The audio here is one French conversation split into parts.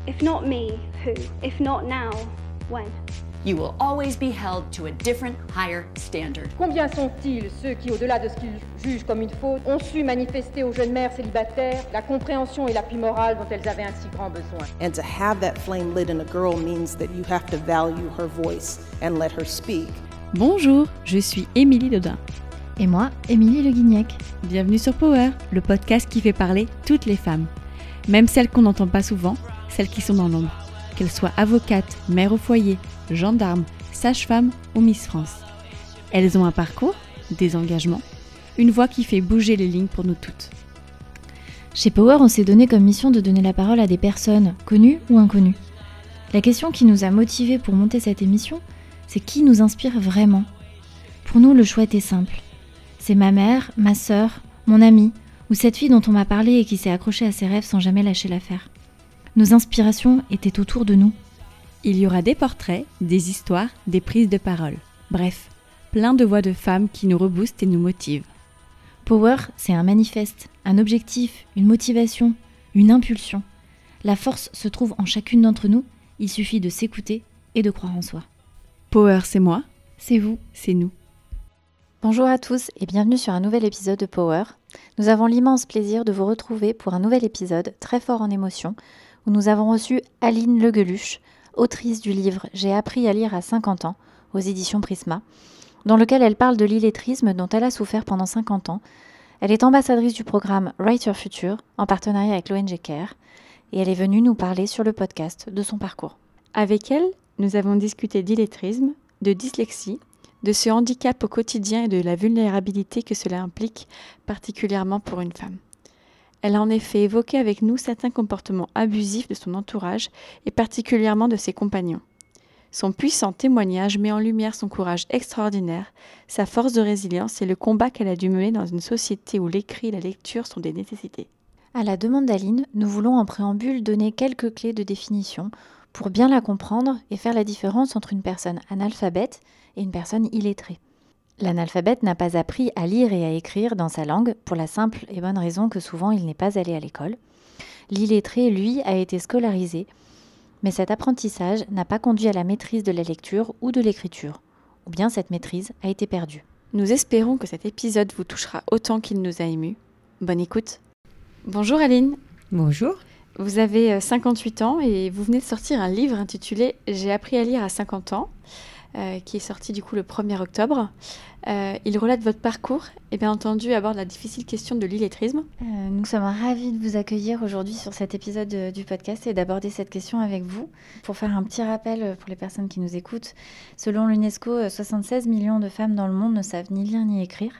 If not me, who? If not now, when? You will always be held to a different, higher standard. Combien sont-ils ceux qui, au-delà de ce qu'ils jugent comme une faute, ont su manifester aux jeunes mères célibataires la compréhension et l'appui moral dont elles avaient un si grand besoin? And to have that flame lit in a girl means that you have to value her voice and let her speak. Bonjour, je suis Émilie Dodin. Et moi, Émilie Le Guignec. Bienvenue sur Power, le podcast qui fait parler toutes les femmes. Même celles qu'on n'entend pas souvent, celles qui sont dans l'ombre. Qu'elles soient avocates, mères au foyer, gendarmes, sages-femmes ou Miss France. Elles ont un parcours, des engagements, une voix qui fait bouger les lignes pour nous toutes. Chez Power, on s'est donné comme mission de donner la parole à des personnes, connues ou inconnues. La question qui nous a motivés pour monter cette émission, c'est qui nous inspire vraiment. Pour nous, le choix était simple. C'est ma mère, ma sœur, mon amie, ou cette fille dont on m'a parlé et qui s'est accrochée à ses rêves sans jamais lâcher l'affaire. Nos inspirations étaient autour de nous. Il y aura des portraits, des histoires, des prises de parole. Bref, plein de voix de femmes qui nous reboostent et nous motivent. Power, c'est un manifeste, un objectif, une motivation, une impulsion. La force se trouve en chacune d'entre nous, il suffit de s'écouter et de croire en soi. Power, c'est moi, c'est vous, c'est nous. Bonjour à tous et bienvenue sur un nouvel épisode de Power. Nous avons l'immense plaisir de vous retrouver pour un nouvel épisode très fort en émotion où nous avons reçu Aline Legueluche, autrice du livre « J'ai appris à lire à 50 ans » aux éditions Prisma, dans lequel elle parle de l'illettrisme dont elle a souffert pendant 50 ans. Elle est ambassadrice du programme Write Your Future en partenariat avec l'ONG CARE et elle est venue nous parler sur le podcast de son parcours. Avec elle, nous avons discuté d'illettrisme, de dyslexie, de ce handicap au quotidien et de la vulnérabilité que cela implique, particulièrement pour une femme. Elle a en effet évoqué avec nous certains comportements abusifs de son entourage et particulièrement de ses compagnons. Son puissant témoignage met en lumière son courage extraordinaire, sa force de résilience et le combat qu'elle a dû mener dans une société où l'écrit et la lecture sont des nécessités. À la demande d'Aline, nous voulons en préambule donner quelques clés de définition pour bien la comprendre et faire la différence entre une personne analphabète et une personne illettrée. L'analphabète n'a pas appris à lire et à écrire dans sa langue pour la simple et bonne raison que souvent il n'est pas allé à l'école. L'illettré, lui, a été scolarisé, mais cet apprentissage n'a pas conduit à la maîtrise de la lecture ou de l'écriture, ou bien cette maîtrise a été perdue. Nous espérons que cet épisode vous touchera autant qu'il nous a émus. Bonne écoute. Bonjour Aline. Bonjour. Vous avez 58 ans et vous venez de sortir un livre intitulé « J'ai appris à lire à 50 ans ». Qui est sorti du coup le 1er octobre. Il relate votre parcours et bien entendu aborde la difficile question de l'illettrisme. Nous sommes ravis de vous accueillir aujourd'hui sur cet épisode du podcast et d'aborder cette question avec vous. Pour faire un petit rappel pour les personnes qui nous écoutent, selon l'UNESCO, 76 millions de femmes dans le monde ne savent ni lire ni écrire.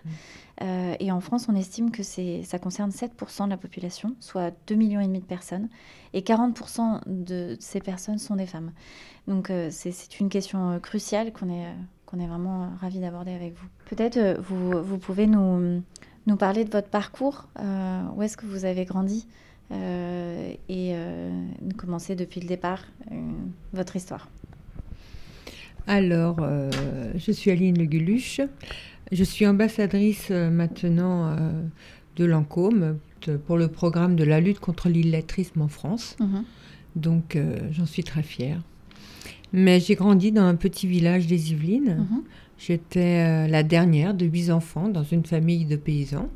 Et en France, on estime que ça concerne 7% de la population, soit 2,5 millions de personnes. Et 40% de ces personnes sont des femmes. Donc c'est une question cruciale qu'on est vraiment ravis d'aborder avec vous. Peut-être vous pouvez nous parler de votre parcours, où est-ce que vous avez grandi et commencer depuis le départ votre histoire. Alors, je suis Aline Legueluche. Je suis ambassadrice maintenant de l'ANCOM pour le programme de la lutte contre l'illettrisme en France. Donc, j'en suis très fière. Mais j'ai grandi dans un petit village des Yvelines. J'étais la dernière de 8 enfants dans une famille de paysans.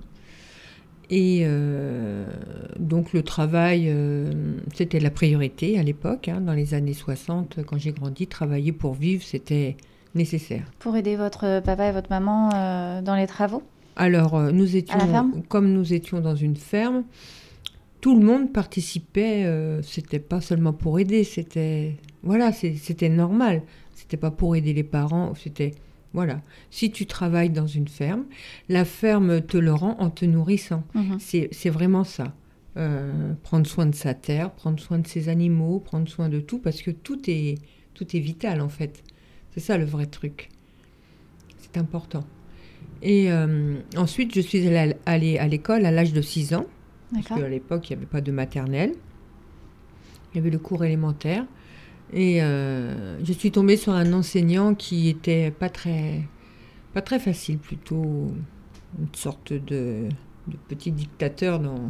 Et donc, le travail, c'était la priorité à l'époque. Dans les années 60, quand j'ai grandi, travailler pour vivre, c'était nécessaire. Pour aider votre papa et votre maman dans les travaux ? Alors, nous étions dans une ferme, tout le monde participait, c'était pas seulement pour aider, c'était normal. C'était pas pour aider les parents, c'était, voilà. Si tu travailles dans une ferme, la ferme te le rend en te nourrissant. C'est vraiment ça. Prendre soin de sa terre, prendre soin de ses animaux, prendre soin de tout, parce que tout est vital en fait. C'est ça le vrai truc. C'est important. Et ensuite, je suis allée à l'école à l'âge de 6 ans. D'accord. Parce qu'à l'époque, il n'y avait pas de maternelle. Il y avait le cours élémentaire. Et je suis tombée sur un enseignant qui était pas très facile, plutôt une sorte de petit dictateur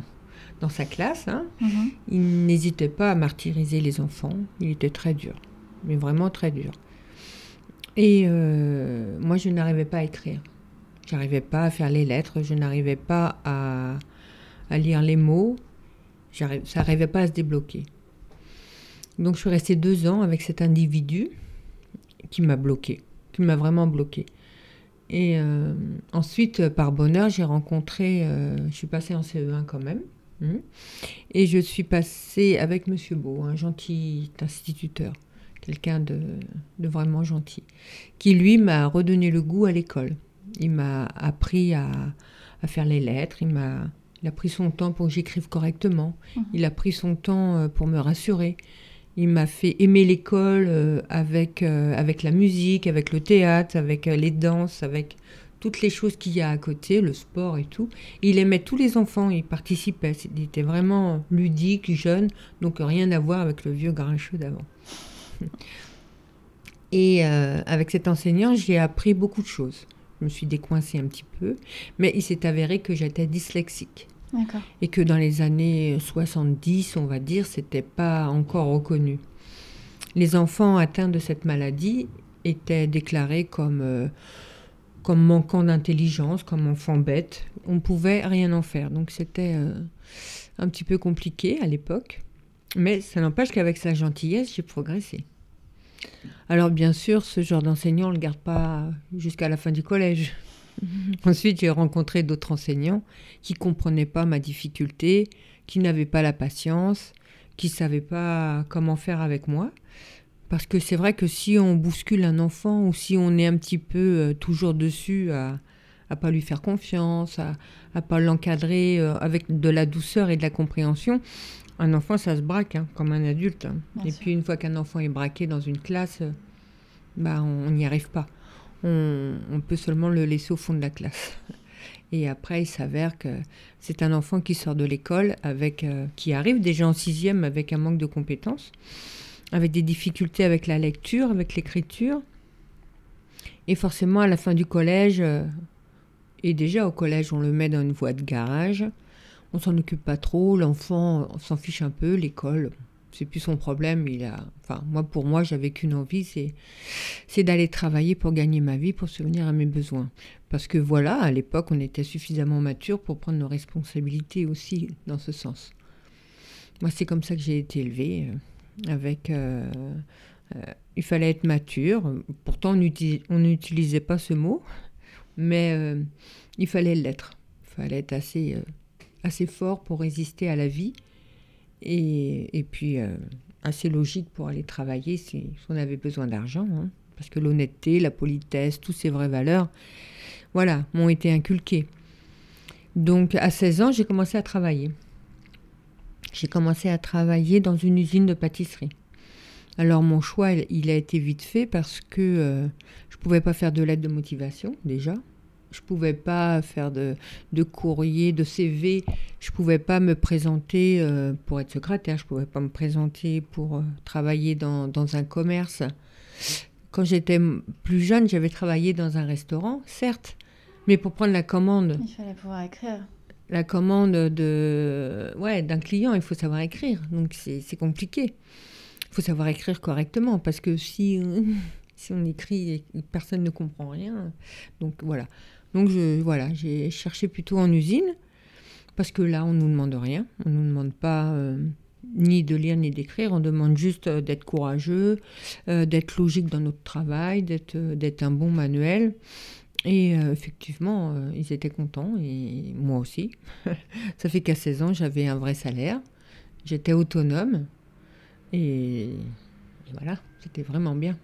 dans sa classe. Il n'hésitait pas à martyriser les enfants. Il était très dur, mais vraiment très dur. Et moi, je n'arrivais pas à écrire. Je n'arrivais pas à faire les lettres. Je n'arrivais pas à lire les mots. Ça n'arrivait pas à se débloquer. Donc, je suis restée 2 ans avec cet individu qui m'a vraiment bloquée. Et ensuite, par bonheur, j'ai rencontré... je suis passée en CE1 quand même. Et je suis passée avec Monsieur Beau, un gentil instituteur, quelqu'un de vraiment gentil, qui, lui, m'a redonné le goût à l'école. Il m'a appris à faire les lettres, il a pris son temps pour que j'écrive correctement, il a pris son temps pour me rassurer. Il m'a fait aimer l'école avec la musique, avec le théâtre, avec les danses, avec toutes les choses qu'il y a à côté, le sport et tout. Il aimait tous les enfants, il participait. Il était vraiment ludique, jeune, donc rien à voir avec le vieux grincheux d'avant. Et avec cet enseignant, j'ai appris beaucoup de choses. Je me suis décoincée un petit peu, mais il s'est avéré que j'étais dyslexique. D'accord. Et que dans les années 70, on va dire, c'était pas encore reconnu. Les enfants atteints de cette maladie étaient déclarés comme manquant d'intelligence, comme enfants bêtes. On ne pouvait rien en faire. Donc c'était un petit peu compliqué à l'époque. Mais ça n'empêche qu'avec sa gentillesse, j'ai progressé. Alors bien sûr, ce genre d'enseignant, on ne le garde pas jusqu'à la fin du collège. Ensuite, j'ai rencontré d'autres enseignants qui ne comprenaient pas ma difficulté, qui n'avaient pas la patience, qui ne savaient pas comment faire avec moi. Parce que c'est vrai que si on bouscule un enfant ou si on est un petit peu toujours dessus à ne pas lui faire confiance, à ne pas l'encadrer avec de la douceur et de la compréhension, un enfant, ça se braque comme un adulte. Et puis une fois qu'un enfant est braqué dans une classe, on n'y arrive pas. On peut seulement le laisser au fond de la classe. Et après, il s'avère que c'est un enfant qui sort de l'école, qui arrive déjà en 6e avec un manque de compétences, avec des difficultés avec la lecture, avec l'écriture. Et forcément, à la fin du collège, et déjà au collège, on le met dans une voie de garage. On s'en occupe pas trop, l'enfant s'en fiche un peu, l'école... C'est plus son problème. Pour moi, j'avais qu'une envie, c'est d'aller travailler pour gagner ma vie, pour subvenir à mes besoins. Parce que voilà, à l'époque, on était suffisamment mature pour prendre nos responsabilités aussi dans ce sens. Moi, c'est comme ça que j'ai été élevée. Il fallait être mature. Pourtant, on n'utilisait pas ce mot, mais il fallait l'être. Il fallait être assez fort pour résister à la vie. Et puis, assez logique pour aller travailler si on avait besoin d'argent. Parce que l'honnêteté, la politesse, toutes ces vraies valeurs, m'ont été inculquées. Donc, à 16 ans, j'ai commencé à travailler. J'ai commencé à travailler dans une usine de pâtisserie. Alors, mon choix, il a été vite fait parce que je ne pouvais pas faire de lettre de motivation, déjà. Je ne pouvais pas faire de courrier, de CV. Je ne pouvais pas me présenter pour être secrétaire. Je ne pouvais pas me présenter pour travailler dans un commerce. Quand j'étais plus jeune, j'avais travaillé dans un restaurant, certes. Mais pour prendre la commande... Il fallait pouvoir écrire. La commande d'un client, il faut savoir écrire. Donc c'est compliqué. Il faut savoir écrire correctement. Parce que si on écrit et personne ne comprend rien... Donc voilà. Donc j'ai cherché plutôt en usine, parce que là, on ne nous demande rien. On ne nous demande pas ni de lire ni d'écrire. On demande juste d'être courageux, d'être logique dans notre travail, d'être un bon manuel. Et effectivement, ils étaient contents, et moi aussi. Ça fait qu'à 16 ans, j'avais un vrai salaire. J'étais autonome. Et voilà, c'était vraiment bien.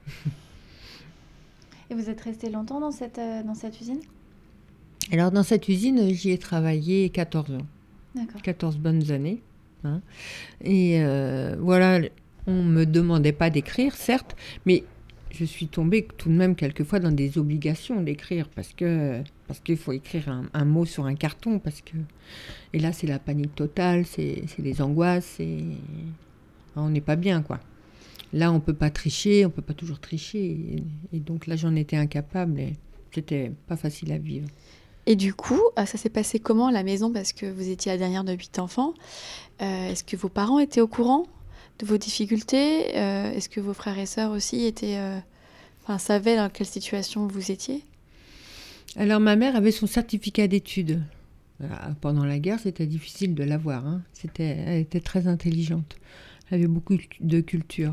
Et vous êtes resté longtemps dans cette usine ? Alors, dans cette usine, j'y ai travaillé 14 ans. D'accord. 14 bonnes années. Et on ne me demandait pas d'écrire, certes, mais je suis tombée tout de même quelquefois dans des obligations d'écrire, parce qu'il faut écrire un mot sur un carton, et là, c'est la panique totale, c'est les angoisses, on n'est pas bien, quoi. Là, on ne peut pas tricher, on ne peut pas toujours tricher. Et donc là, j'en étais incapable et c'était pas facile à vivre. Et du coup, ça s'est passé comment à la maison? Parce que vous étiez la dernière de 8 enfants. Est-ce que vos parents étaient au courant de vos difficultés? Est-ce que vos frères et sœurs aussi savaient dans quelle situation vous étiez? Alors ma mère avait son certificat d'études. Pendant la guerre, c'était difficile de l'avoir. Elle était très intelligente. Elle avait beaucoup de culture.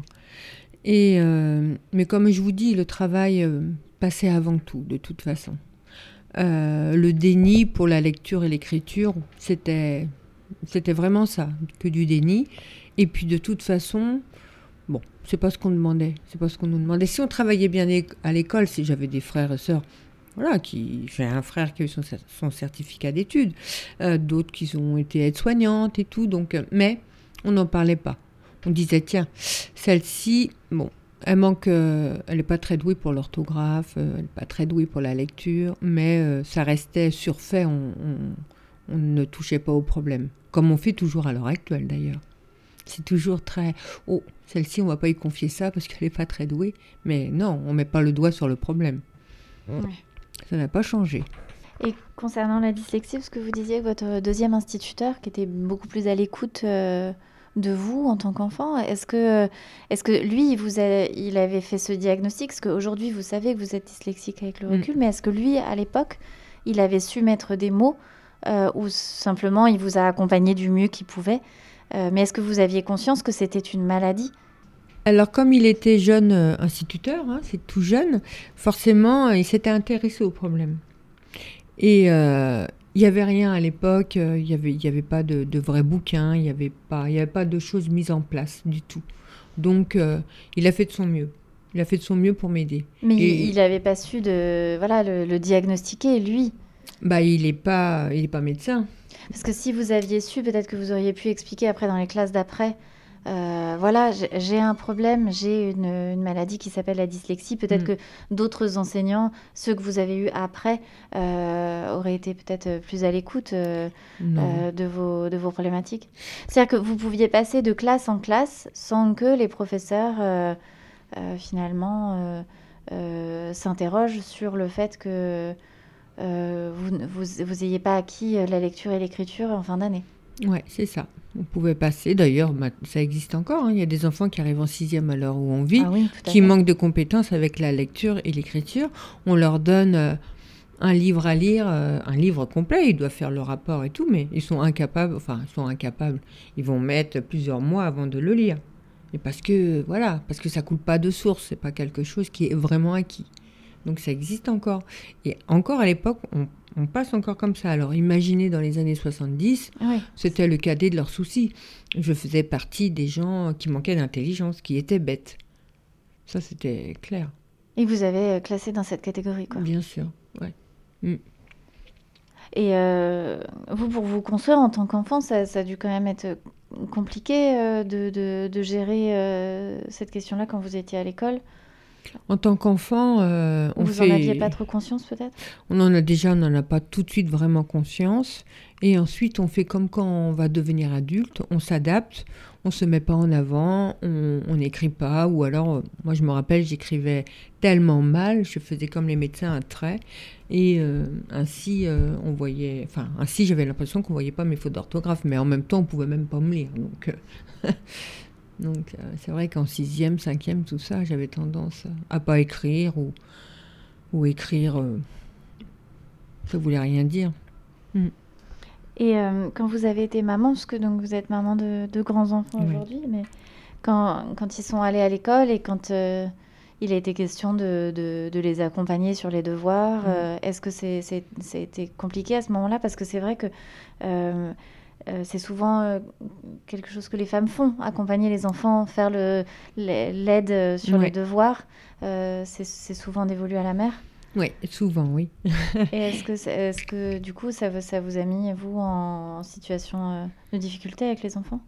Mais comme je vous dis, le travail passait avant tout, de toute façon. Le déni pour la lecture et l'écriture, c'était vraiment ça, que du déni. Et puis de toute façon, bon, c'est pas ce qu'on demandait, c'est pas ce qu'on nous demandait. Si on travaillait bien à l'école, si j'avais des frères et sœurs, voilà, j'ai un frère qui a eu son certificat d'études, d'autres qui ont été aides-soignantes et tout, donc, mais on n'en parlait pas. On disait, tiens, celle-ci, bon, elle n'est pas très douée pour l'orthographe, elle n'est pas très douée pour la lecture, mais ça restait surfait, on ne touchait pas au problème. Comme on fait toujours à l'heure actuelle d'ailleurs. C'est toujours très, oh, celle-ci on ne va pas y confier ça parce qu'elle n'est pas très douée, mais non, on ne met pas le doigt sur le problème. Ouais. Ça n'a pas changé. Et concernant la dyslexie, parce que vous disiez que votre deuxième instituteur, qui était beaucoup plus à l'écoute de vous en tant qu'enfant, est-ce que lui, il avait fait ce diagnostic? Parce qu'aujourd'hui, vous savez que vous êtes dyslexique avec le recul, mais est-ce que lui, à l'époque, il avait su mettre des mots ou simplement il vous a accompagné du mieux qu'il pouvait? Mais est-ce que vous aviez conscience que c'était une maladie? Alors, comme il était jeune instituteur, c'est tout jeune, forcément, il s'était intéressé au problème. Et il n'y avait rien à l'époque, il y avait pas de vrais bouquins, il n'y avait pas de choses mises en place du tout. Donc, il a fait de son mieux. Il a fait de son mieux pour m'aider. Mais il n'avait pas su le diagnostiquer, lui. Il n'est pas médecin. Parce que si vous aviez su, peut-être que vous auriez pu expliquer après dans les classes d'après, j'ai un problème, j'ai une maladie qui s'appelle la dyslexie. Peut-être que d'autres enseignants, ceux que vous avez eus après, auraient été peut-être plus à l'écoute de vos problématiques. C'est-à-dire que vous pouviez passer de classe en classe sans que les professeurs, finalement, s'interrogent sur le fait que vous n'ayez pas acquis la lecture et l'écriture en fin d'année. Ouais, c'est ça. On pouvait passer, d'ailleurs, ça existe encore. Il y a des enfants qui arrivent en 6e à l'heure où on vit, qui manquent de compétences avec la lecture et l'écriture. On leur donne un livre à lire, un livre complet. Ils doivent faire le rapport et tout, mais ils sont incapables. Ils vont mettre plusieurs mois avant de le lire. Et parce que ça coule pas de source. C'est pas quelque chose qui est vraiment acquis. Donc ça existe encore. Et encore à l'époque, on passe encore comme ça. Alors imaginez dans les années 70, c'était le cadet de leurs soucis. Je faisais partie des gens qui manquaient d'intelligence, qui étaient bêtes. Ça, c'était clair. Et vous avez classé dans cette catégorie, quoi. Bien sûr, ouais. Et vous, pour vous construire en tant qu'enfant, ça a dû quand même être compliqué de gérer cette question-là quand vous étiez à l'école? En tant qu'enfant, vous n'en aviez pas trop conscience peut-être? On n'en a pas tout de suite vraiment conscience. Et ensuite, on fait comme quand on va devenir adulte, on s'adapte, on ne se met pas en avant, on n'écrit pas. Ou alors, moi je me rappelle, j'écrivais tellement mal, je faisais comme les médecins un trait. Et ainsi, j'avais l'impression qu'on ne voyait pas mes fautes d'orthographe. Mais en même temps, on ne pouvait même pas me lire. Donc, c'est vrai qu'en 6e, 5e, tout ça, j'avais tendance à pas écrire ou écrire, ça voulait rien dire. Et quand vous avez été maman, parce que donc, vous êtes maman de grands-enfants aujourd'hui, mais quand ils sont allés à l'école et quand il a été question de les accompagner sur les devoirs, est-ce que c'était compliqué à ce moment-là? Parce que c'est vrai que... c'est souvent quelque chose que les femmes font, accompagner les enfants, faire l'aide sur les devoirs. C'est souvent dévolu à la mère. Oui, souvent, oui. Et est-ce que du coup, ça vous a mis, vous, en situation de difficulté avec les enfants?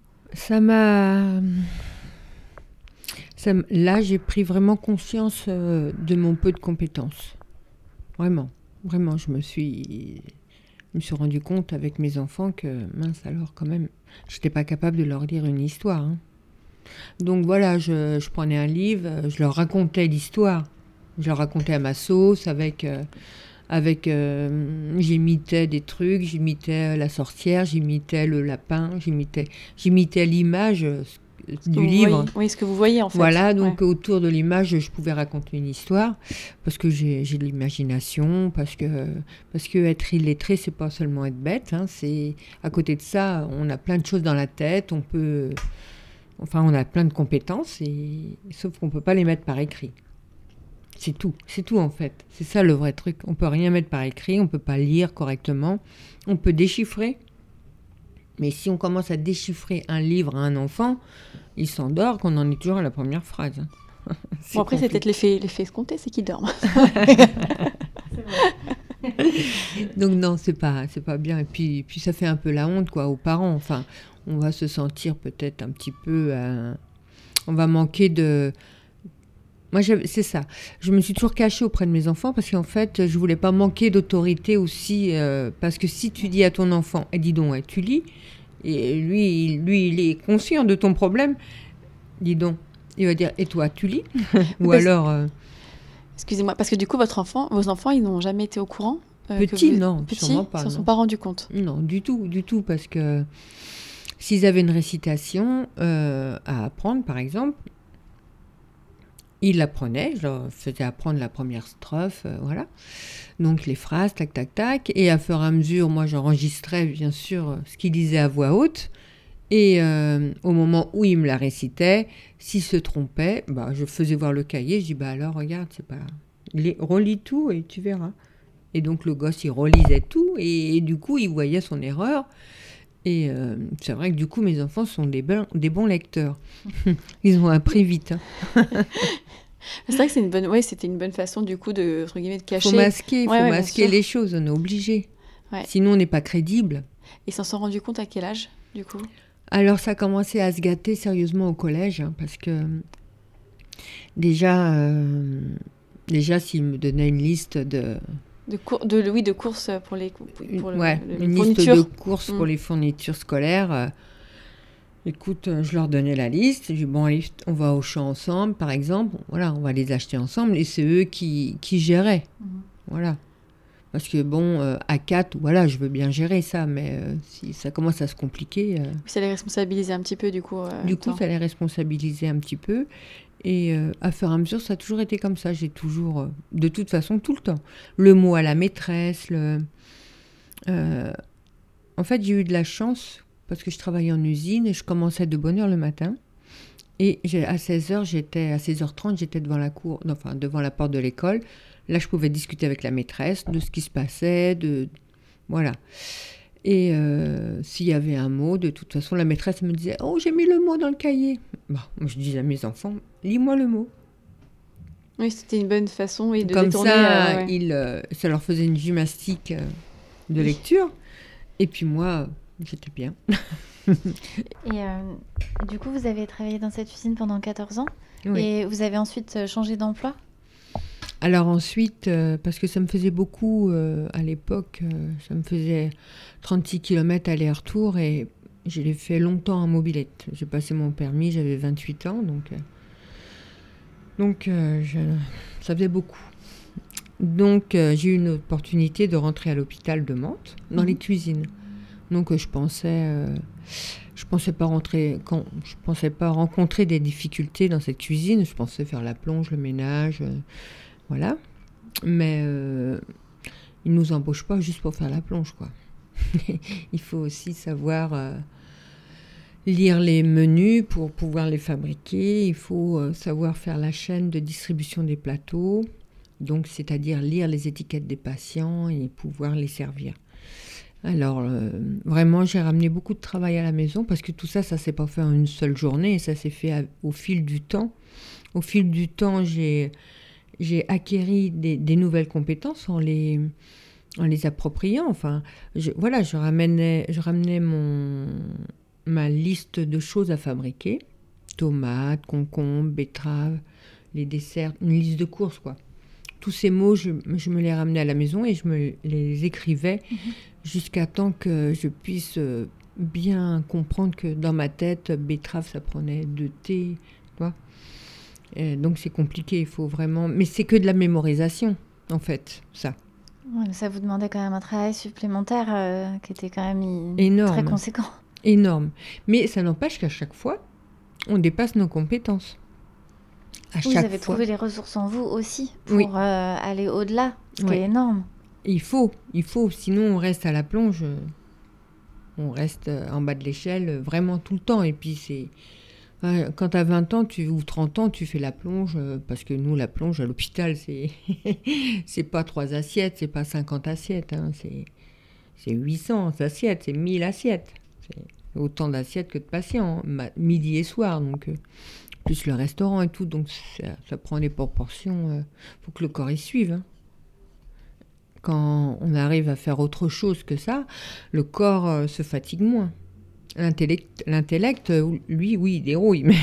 Là, j'ai pris vraiment conscience de mon peu de compétences. Vraiment, je me suis rendu compte avec mes enfants que, mince alors, quand même, je n'étais pas capable de leur lire une histoire. Donc voilà, je prenais un livre, je leur racontais l'histoire. Je leur racontais à ma sauce, avec avec j'imitais des trucs, j'imitais la sorcière, j'imitais le lapin, j'imitais l'image du livre. Oui, ce que vous voyez en fait. Voilà, donc autour de l'image, je pouvais raconter une histoire parce que j'ai de l'imagination, parce que être illettré, c'est pas seulement être bête. C'est à côté de ça, on a plein de choses dans la tête, on a plein de compétences, sauf qu'on peut pas les mettre par écrit. C'est tout en fait. C'est ça le vrai truc. On peut rien mettre par écrit, on peut pas lire correctement, on peut déchiffrer. Mais si on commence à déchiffrer un livre à un enfant, il s'endort qu'on en est toujours à la première phrase. Bon, après, c'est peut-être l'effet escompté, c'est qu'il dorme. Donc non, c'est pas bien. Et puis ça fait un peu la honte quoi aux parents. Enfin, on va se sentir peut-être un petit peu... on va manquer de... Moi, c'est ça. Je me suis toujours cachée auprès de mes enfants parce qu'en fait, je voulais pas manquer d'autorité aussi. Parce que si tu dis à ton enfant, dis donc, tu lis, et lui, il est conscient de ton problème, dis donc, il va dire, et toi, tu lis Ou alors... Excusez-moi, parce que du coup, vos enfants, ils n'ont jamais été au courant non, sûrement pas. Ils ne s'en sont pas rendus compte. Non, du tout, parce que s'ils avaient une récitation à apprendre, par exemple, ils l'apprenaient, je leur faisais apprendre la première strophe, voilà. Donc les phrases, tac, tac, tac. Et à fur et à mesure, moi, j'enregistrais, bien sûr, ce qu'ils disaient à voix haute. Et au moment où ils me la récitaient, s'ils se trompaient, je faisais voir le cahier. Je dis, alors, regarde, c'est pas... Relis tout et tu verras. Et donc le gosse, il relisait tout. Et du coup, il voyait son erreur. Et c'est vrai que du coup, mes enfants sont des bons lecteurs. Ils ont appris vite. C'est vrai que c'était une bonne façon du coup de, entre guillemets, de cacher. Faut masquer les choses, on est obligé. Ouais. Sinon, on n'est pas crédible. Ils s'en sont rendus compte à quel âge, du coup ? Alors, ça a commencé à se gâter sérieusement au collège, parce que déjà, s'ils me donnaient une liste de courses pour les une liste de courses pour les fournitures scolaires. Écoute, je leur donnais la liste. Je dis, allez, on va au champ ensemble, par exemple. Voilà, on va les acheter ensemble. Et c'est eux qui géraient. Voilà. Parce que à 4, voilà, je veux bien gérer ça. Mais si ça commence à se compliquer... Ça les responsabilisait un petit peu, du coup. Ça les responsabilisait un petit peu. Et à fur et à mesure, ça a toujours été comme ça. J'ai toujours, de toute façon, tout le temps. Le mot à la maîtresse. En fait, j'ai eu de la chance parce que je travaillais en usine et je commençais de bonne heure le matin. Et à 16h30, j'étais devant la porte de l'école. Là, je pouvais discuter avec la maîtresse de ce qui se passait. Voilà. Et s'il y avait un mot, de toute façon, la maîtresse me disait « Oh, j'ai mis le mot dans le cahier !» Moi, je disais à mes enfants « Lis-moi le mot !» Oui, c'était une bonne façon de comme détourner... ça, ça leur faisait une gymnastique de lecture. Et puis moi, j'étais bien. Et du coup, vous avez travaillé dans cette usine pendant 14 ans. Oui. Et vous avez ensuite changé d'emploi ? Alors ensuite, parce que ça me faisait beaucoup à l'époque, ça me faisait 36 km aller-retour et je l'ai fait longtemps en mobilette. J'ai passé mon permis, j'avais 28 ans, donc ça faisait beaucoup. Donc j'ai eu une opportunité de rentrer à l'hôpital de Mantes, dans les cuisines. Donc je pensais pas rencontrer des difficultés dans cette cuisine. Je pensais faire la plonge, le ménage... Voilà, mais ils ne nous embauchent pas juste pour faire la plonge, quoi. Il faut aussi savoir lire les menus pour pouvoir les fabriquer. Il faut savoir faire la chaîne de distribution des plateaux, donc c'est-à-dire lire les étiquettes des patients et pouvoir les servir. Alors, vraiment, j'ai ramené beaucoup de travail à la maison parce que tout ça ne s'est pas fait en une seule journée et ça s'est fait au fil du temps. Au fil du temps, j'ai acquéri des nouvelles compétences en les appropriant. Enfin, je ramenais ma liste de choses à fabriquer. Tomates, concombres, betteraves, les desserts, une liste de courses, quoi. Tous ces mots, je me les ramenais à la maison et je me les écrivais jusqu'à temps que je puisse bien comprendre que dans ma tête, betterave, ça prenait 2 thés, tu vois. Donc c'est compliqué, il faut vraiment... Mais c'est que de la mémorisation, en fait, ça. Ouais, mais ça vous demandait quand même un travail supplémentaire qui était quand même Énorme. très conséquent. Énorme. Mais ça n'empêche qu'à chaque fois, on dépasse nos compétences. Vous avez trouvé les ressources en vous aussi pour aller au-delà, ce qui est énorme. Il faut, sinon on reste à la plonge, on reste en bas de l'échelle vraiment tout le temps. Et puis quand tu as 20 ans ou 30 ans, tu fais la plonge, parce que nous, la plonge à l'hôpital, c'est pas 3 assiettes, c'est pas 50 assiettes, hein, c'est 800 assiettes, c'est 1000 assiettes. C'est autant d'assiettes que de patients, midi et soir, donc plus le restaurant et tout, donc ça prend des proportions, faut que le corps y suive. Hein. Quand on arrive à faire autre chose que ça, le corps se fatigue moins. L'intellect, lui, oui, il dérouille, mais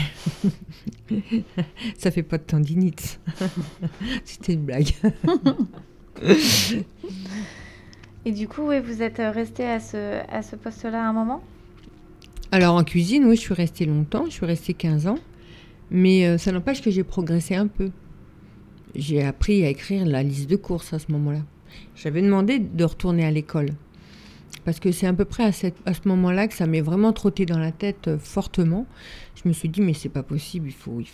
ça fait pas de tendinite. C'était une blague. Et du coup, vous êtes resté à ce poste-là à un moment ? Alors en cuisine, oui, je suis restée longtemps, je suis restée 15 ans, mais ça n'empêche que j'ai progressé un peu. J'ai appris à écrire la liste de courses à ce moment-là. J'avais demandé de retourner à l'école. Parce que c'est à peu près à ce moment-là que ça m'est vraiment trotté dans la tête fortement. Je me suis dit, mais c'est pas possible,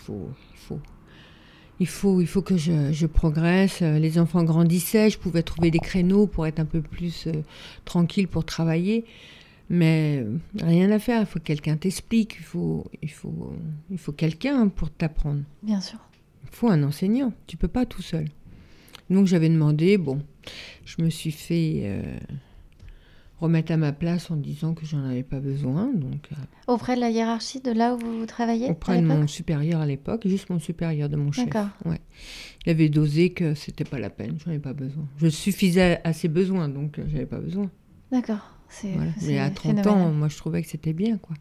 il faut que je progresse. Les enfants grandissaient, je pouvais trouver des créneaux pour être un peu plus tranquille pour travailler. Mais rien à faire, il faut que quelqu'un t'explique, il faut quelqu'un pour t'apprendre. Bien sûr. Il faut un enseignant, tu peux pas tout seul. Donc j'avais demandé, je me suis fait remettre à ma place en disant que j'en avais pas besoin. Donc, auprès de la hiérarchie de là où vous travaillez ? Auprès de mon supérieur à l'époque, juste mon supérieur, de mon chef. D'accord. Ouais. Il avait dosé que c'était pas la peine, j'en avais pas besoin. Je suffisais à ses besoins, donc j'avais pas besoin. D'accord. Voilà. Mais à 30 ans, moi je trouvais que c'était bien, quoi.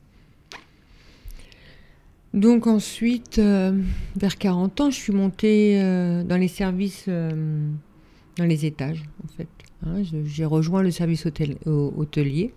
Donc ensuite, vers 40 ans, je suis montée dans les services, dans les étages, en fait. Hein, j'ai rejoint le service hôtelier.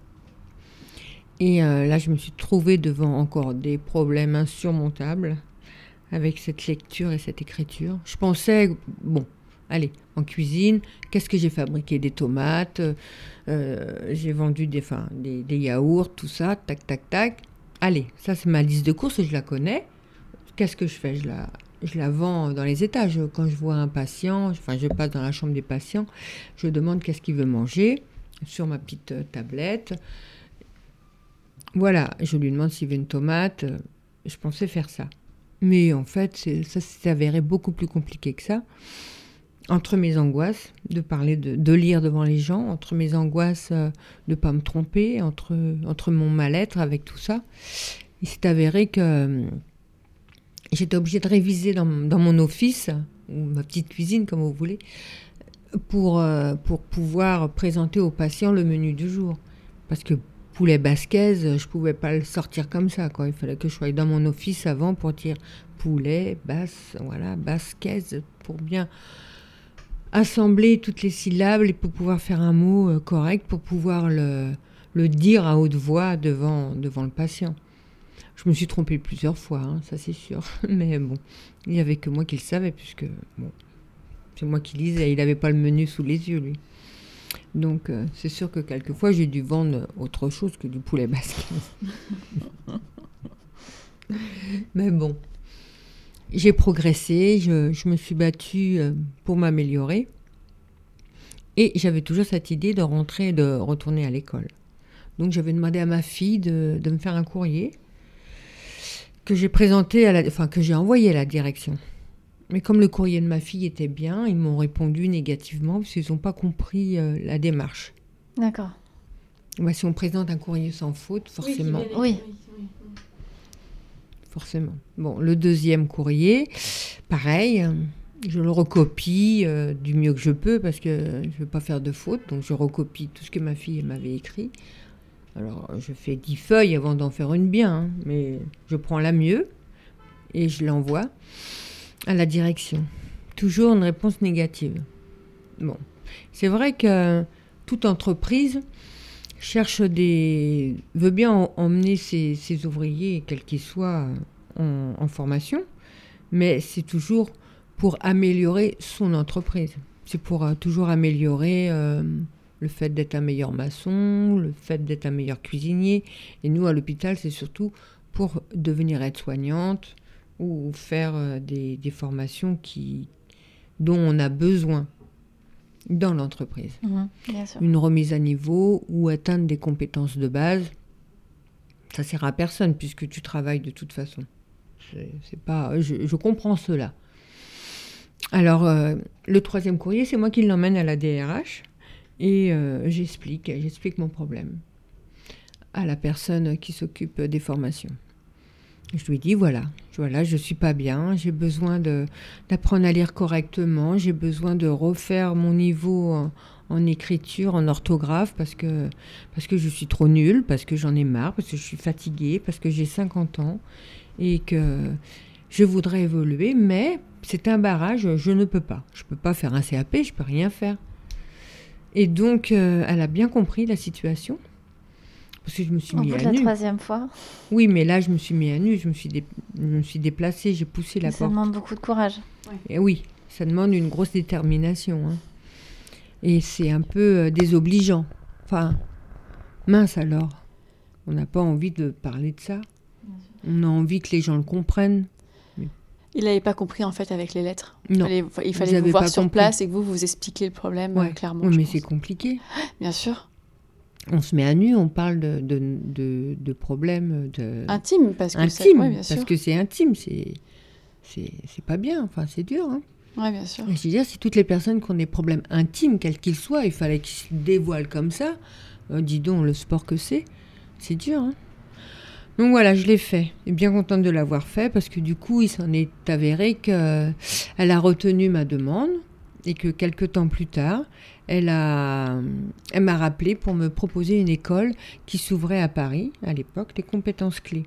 Et là, je me suis trouvée devant encore des problèmes insurmontables avec cette lecture et cette écriture. Je pensais, allez, en cuisine, qu'est-ce que j'ai fabriqué ? Des tomates, j'ai vendu des yaourts, tout ça, tac, tac, tac. Allez, ça c'est ma liste de courses, je la connais. Qu'est-ce que je fais ? Je la vends dans les étages. Quand je vois un patient, je passe dans la chambre des patients, je demande qu'est-ce qu'il veut manger sur ma petite tablette. Voilà, je lui demande s'il veut une tomate. Je pensais faire ça. Mais en fait, ça s'est avéré beaucoup plus compliqué que ça. Entre mes angoisses de parler, de lire devant les gens, entre mes angoisses de ne pas me tromper, entre mon mal-être avec tout ça, il s'est avéré que j'étais obligée de réviser dans mon office, ou ma petite cuisine, comme vous voulez, pour pouvoir présenter aux patients le menu du jour. Parce que poulet basquez, je ne pouvais pas le sortir comme ça, quoi. Il fallait que je sois dans mon office avant pour dire poulet, basquez, pour bien assembler toutes les syllabes et pour pouvoir faire un mot correct, pour pouvoir le dire à haute voix devant le patient. Je me suis trompée plusieurs fois, hein, ça c'est sûr. Mais bon, il n'y avait que moi qui le savais, puisque c'est moi qui lisais. Il n'avait pas le menu sous les yeux, lui. Donc c'est sûr que quelquefois, j'ai dû vendre autre chose que du poulet basquez. Mais bon, j'ai progressé, je me suis battue pour m'améliorer. Et j'avais toujours cette idée de retourner à l'école. Donc j'avais demandé à ma fille de me faire un courrier que j'ai présenté que j'ai envoyé à la direction. Mais comme le courrier de ma fille était bien, ils m'ont répondu négativement parce qu'ils n'ont pas compris la démarche. D'accord. Si on présente un courrier sans faute, forcément. Oui. Forcément. Bon, le deuxième courrier, pareil, je le recopie du mieux que je peux parce que je ne veux pas faire de faute. Donc je recopie tout ce que ma fille m'avait écrit. Alors, je fais 10 feuilles avant d'en faire une bien, hein, mais je prends la mieux et je l'envoie à la direction. Toujours une réponse négative. Bon, c'est vrai que toute entreprise veut bien emmener ses ouvriers, quels qu'ils soient, en formation, mais c'est toujours pour améliorer son entreprise. C'est pour toujours améliorer le fait d'être un meilleur maçon, le fait d'être un meilleur cuisinier. Et nous, à l'hôpital, c'est surtout pour devenir aide-soignante ou faire des formations dont on a besoin dans l'entreprise. Bien sûr. Une remise à niveau ou atteindre des compétences de base, ça ne sert à personne puisque tu travailles de toute façon. C'est pas, je comprends cela. Alors, le 3e courrier, c'est moi qui l'emmène à la DRH et j'explique mon problème à la personne qui s'occupe des formations. Je lui dis, voilà, je ne suis pas bien, j'ai besoin d'apprendre à lire correctement, j'ai besoin de refaire mon niveau en écriture, en orthographe, parce que je suis trop nulle, parce que j'en ai marre, parce que je suis fatiguée, parce que j'ai 50 ans, et que je voudrais évoluer, mais c'est un barrage, je ne peux pas. Je ne peux pas faire un CAP, je ne peux rien faire. Et donc, elle a bien compris la situation. Parce que je me suis mis à nu. Au bout de la 3e fois. Oui, mais là, je me suis mis à nu, je me suis déplacée, j'ai poussé la porte. Ça demande beaucoup de courage. Et oui, ça demande une grosse détermination. Hein. Et c'est un peu désobligeant. Enfin, mince alors. On n'a pas envie de parler de ça. On a envie que les gens le comprennent. Il n'avait pas compris en fait avec les lettres. Non. Il fallait vous voir sur place et que vous expliquiez le problème clairement. Oui, mais c'est compliqué. Bien sûr. On se met à nu, on parle de problèmes intimes parce que intime, parce que c'est intime, c'est pas bien, enfin c'est dur. Hein. Oui, bien sûr. Et je veux dire, si toutes les personnes qui ont des problèmes intimes, quels qu'ils soient, il fallait qu'ils se dévoilent comme ça, dis donc le sport que c'est dur. Hein. Donc voilà, je l'ai fait. Je suis bien contente de l'avoir fait parce que du coup, il s'en est avéré qu'elle a retenu ma demande et que quelques temps plus tard, elle m'a rappelé pour me proposer une école qui s'ouvrait à Paris, à l'époque, les compétences clés.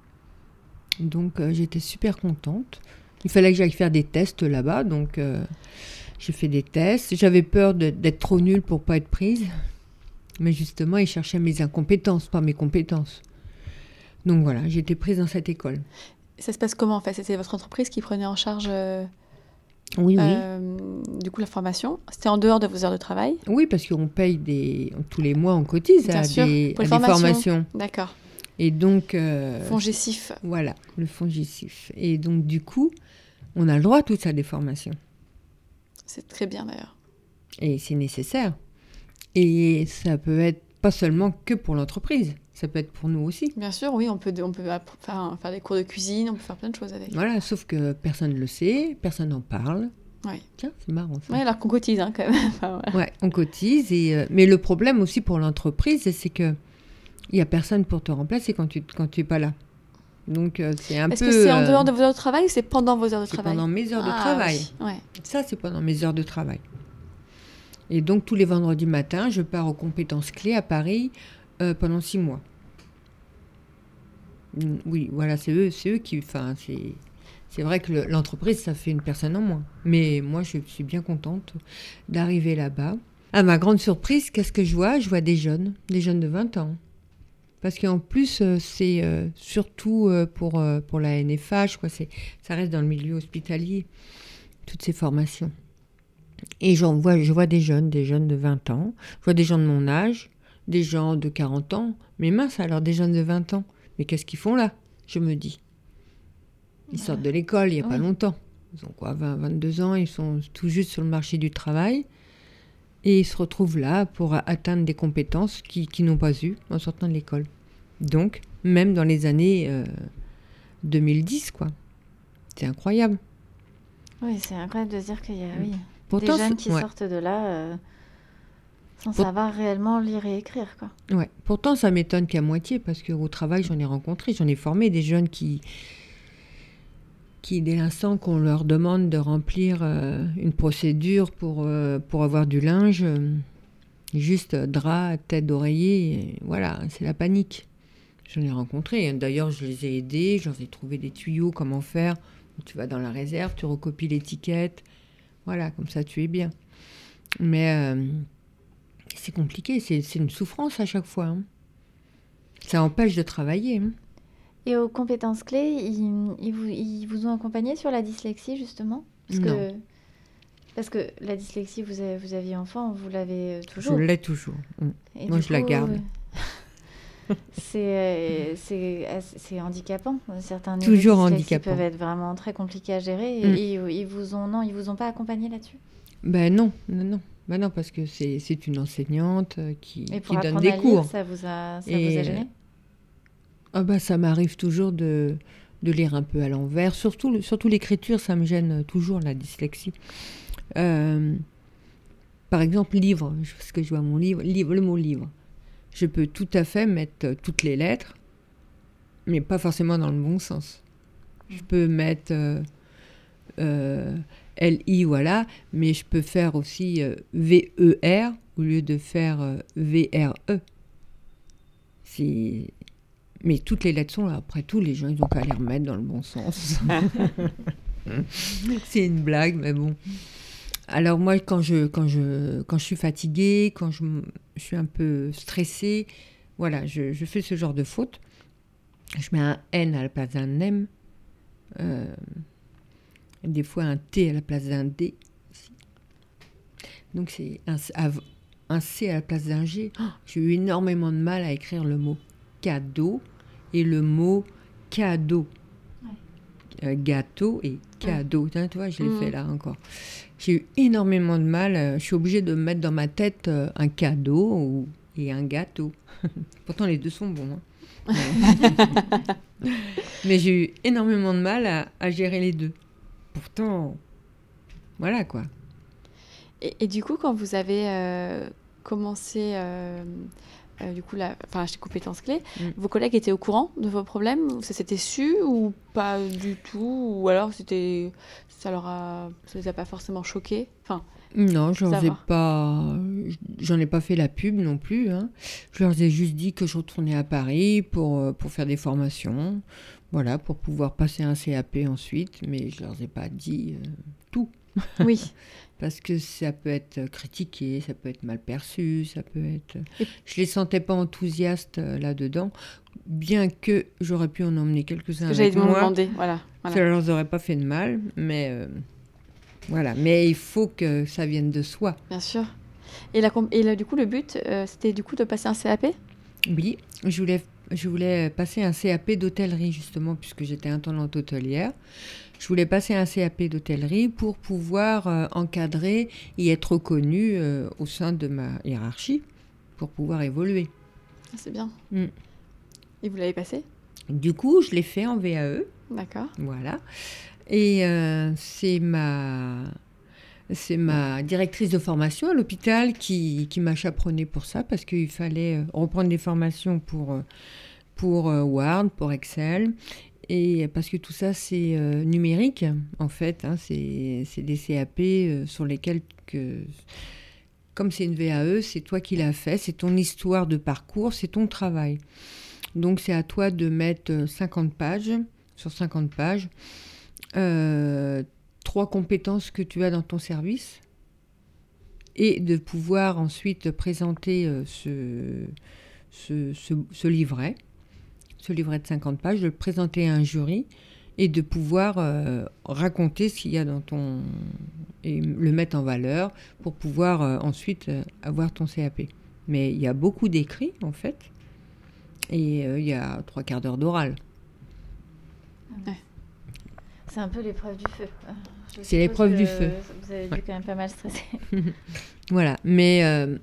Donc j'étais super contente. Il fallait que j'aille faire des tests là-bas, donc j'ai fait des tests. J'avais peur d'être trop nulle pour pas être prise, mais justement, ils cherchaient mes incompétences, pas mes compétences. Donc voilà, j'ai été prise dans cette école. Ça se passe comment en fait ? C'était votre entreprise qui prenait en charge oui. Du coup la formation ? C'était en dehors de vos heures de travail ? Oui, parce qu'on paye tous les mois, on cotise à des formations. D'accord. Et donc... FONGECIF. Voilà, le FONGECIF. Et donc du coup, on a le droit à tout ça, des formations. C'est très bien d'ailleurs. Et c'est nécessaire. Et ça peut être pas seulement que pour l'entreprise. Ça peut être pour nous aussi. Bien sûr, oui, on peut faire des cours de cuisine, on peut faire plein de choses avec. Voilà, sauf que personne ne le sait, personne n'en parle. Oui. Tiens, c'est marrant ça. Oui, alors qu'on cotise quand même. Enfin, voilà. Ouais, on cotise. Mais le problème aussi pour l'entreprise, c'est qu'il n'y a personne pour te remplacer quand tu n'es pas là. Donc c'est un peu... Est-ce que c'est en dehors de vos heures de travail ou c'est pendant vos heures de travail ? C'est pendant mes heures de travail. Oui. Ouais. Ça, c'est pendant mes heures de travail. Et donc tous les vendredis matins, je pars aux compétences clés à Paris pendant 6 mois. Oui, voilà, c'est eux qui... Enfin, c'est vrai que l'entreprise, ça fait une personne en moins. Mais moi, je suis bien contente d'arriver là-bas. À ma grande surprise, qu'est-ce que je vois ? Je vois des jeunes de 20 ans. Parce qu'en plus, c'est surtout pour la NFA, je crois, ça reste dans le milieu hospitalier, toutes ces formations. Et je vois des jeunes de 20 ans, je vois des gens de mon âge, des gens de 40 ans, mais mince alors, des jeunes de 20 ans. Mais qu'est-ce qu'ils font là ? Je me dis. Ils sortent de l'école il n'y a pas longtemps. Ils ont quoi, 20, 22 ans, ils sont tout juste sur le marché du travail. Et ils se retrouvent là pour atteindre des compétences qu'ils n'ont pas eues en sortant de l'école. Donc, même dans les années 2010, quoi. C'est incroyable. Oui, c'est incroyable de se dire qu'il y a Pourtant, des jeunes qui sortent de là sans savoir réellement lire et écrire, quoi. Ouais. Pourtant, ça m'étonne qu'à moitié, parce qu'au travail, j'en ai rencontré, j'en ai formé des jeunes qui dès l'instant qu'on leur demande de remplir une procédure pour avoir du linge, juste drap, tête d'oreiller, voilà, c'est la panique. J'en ai rencontré. D'ailleurs, je les ai aidés, j'en ai trouvé des tuyaux, comment faire. Tu vas dans la réserve, tu recopies l'étiquette. Voilà, comme ça, tu es bien. Mais c'est compliqué, c'est une souffrance à chaque fois. Hein. Ça empêche de travailler. Hein. Et aux compétences clés, ils vous ont accompagné sur la dyslexie, justement ? Parce non. que Parce que la dyslexie, vous aviez enfant, vous l'avez toujours. Je l'ai toujours. Et Moi, du je la coup, garde. C'est handicapant. Certains niveaux Toujours de dyslexie handicapant. peuvent être vraiment très compliqués à gérer. Et ils vous ont pas accompagné là-dessus? Ben non. Ben non, parce que c'est une enseignante qui Et pour donne apprendre des à lire, cours. ça vous a Et, gêné? Ah bah, ça m'arrive toujours de lire un peu à l'envers. Surtout l'écriture, ça me gêne toujours, la dyslexie. Par exemple, livre, parce que je vois mon livre, le mot livre. Je peux tout à fait mettre toutes les lettres, mais pas forcément dans le bon sens. Je peux mettre L-I, voilà, mais je peux faire aussi V-E-R au lieu de faire V-R-E. Mais toutes les lettres sont là. Après tout, les gens, ils ont qu'à les remettre dans le bon sens. C'est une blague, mais bon. Alors moi, quand je suis fatiguée, quand je suis un peu stressée, voilà, je fais ce genre de faute. Je mets un N à la place d'un M. Des fois un T à la place d'un D. Donc c'est un C à la place d'un G. Oh, j'ai eu énormément de mal à écrire le mot cadeau et le mot cadeau. Gâteau et cadeau. Tu vois, je l'ai fait là encore. J'ai eu énormément de mal. Je suis obligée de mettre dans ma tête un cadeau et un gâteau. Pourtant, les deux sont bons. Hein. Mais j'ai eu énormément de mal à gérer les deux. Pourtant, voilà quoi. Et du coup, quand vous avez commencé du coup, chez Compétences Clés, vos collègues étaient au courant de vos problèmes? Ça s'était su ou pas du tout? Ou alors ça les a pas forcément choqués? Non, j'en ai pas fait la pub non plus. Hein. Je leur ai juste dit que je retournais à Paris pour faire des formations, voilà, pour pouvoir passer un CAP ensuite, mais je leur ai pas dit tout. Oui. Parce que ça peut être critiqué, ça peut être mal perçu, ça peut être... Je les sentais pas enthousiastes là-dedans, bien que j'aurais pu en emmener quelques-uns avec moi. J'allais me demander, voilà. Ça leur aurait pas fait de mal, mais voilà. Mais il faut que ça vienne de soi. Bien sûr. Et là, du coup, le but, c'était du coup de passer un CAP? Oui, je voulais passer un CAP d'hôtellerie, justement, puisque j'étais intendante hôtelière. Je voulais passer un CAP d'hôtellerie pour pouvoir encadrer et être reconnue au sein de ma hiérarchie, pour pouvoir évoluer. Ah, c'est bien. Et vous l'avez passé? Du coup, je l'ai fait en VAE. D'accord. Voilà. Et c'est ma directrice de formation à l'hôpital qui m'a chaperonnée pour ça, parce qu'il fallait reprendre des formations pour Word, pour Excel. Et parce que tout ça, c'est numérique, en fait. Hein, c'est des CAP sur lesquels, comme c'est une VAE, c'est toi qui l'as fait, c'est ton histoire de parcours, c'est ton travail. Donc, c'est à toi de mettre 50 pages, sur 50 pages, 3 compétences que tu as dans ton service et de pouvoir ensuite présenter ce livret. Ce livret de 50 pages, de le présenter à un jury et de pouvoir raconter ce qu'il y a dans ton... et le mettre en valeur pour pouvoir ensuite avoir ton CAP. Mais il y a beaucoup d'écrits, en fait, et il y a 3/4 d'heure d'oral. Ouais. C'est un peu l'épreuve du feu. C'est l'épreuve du feu. Vous avez dû quand même pas mal stresser. Voilà, mais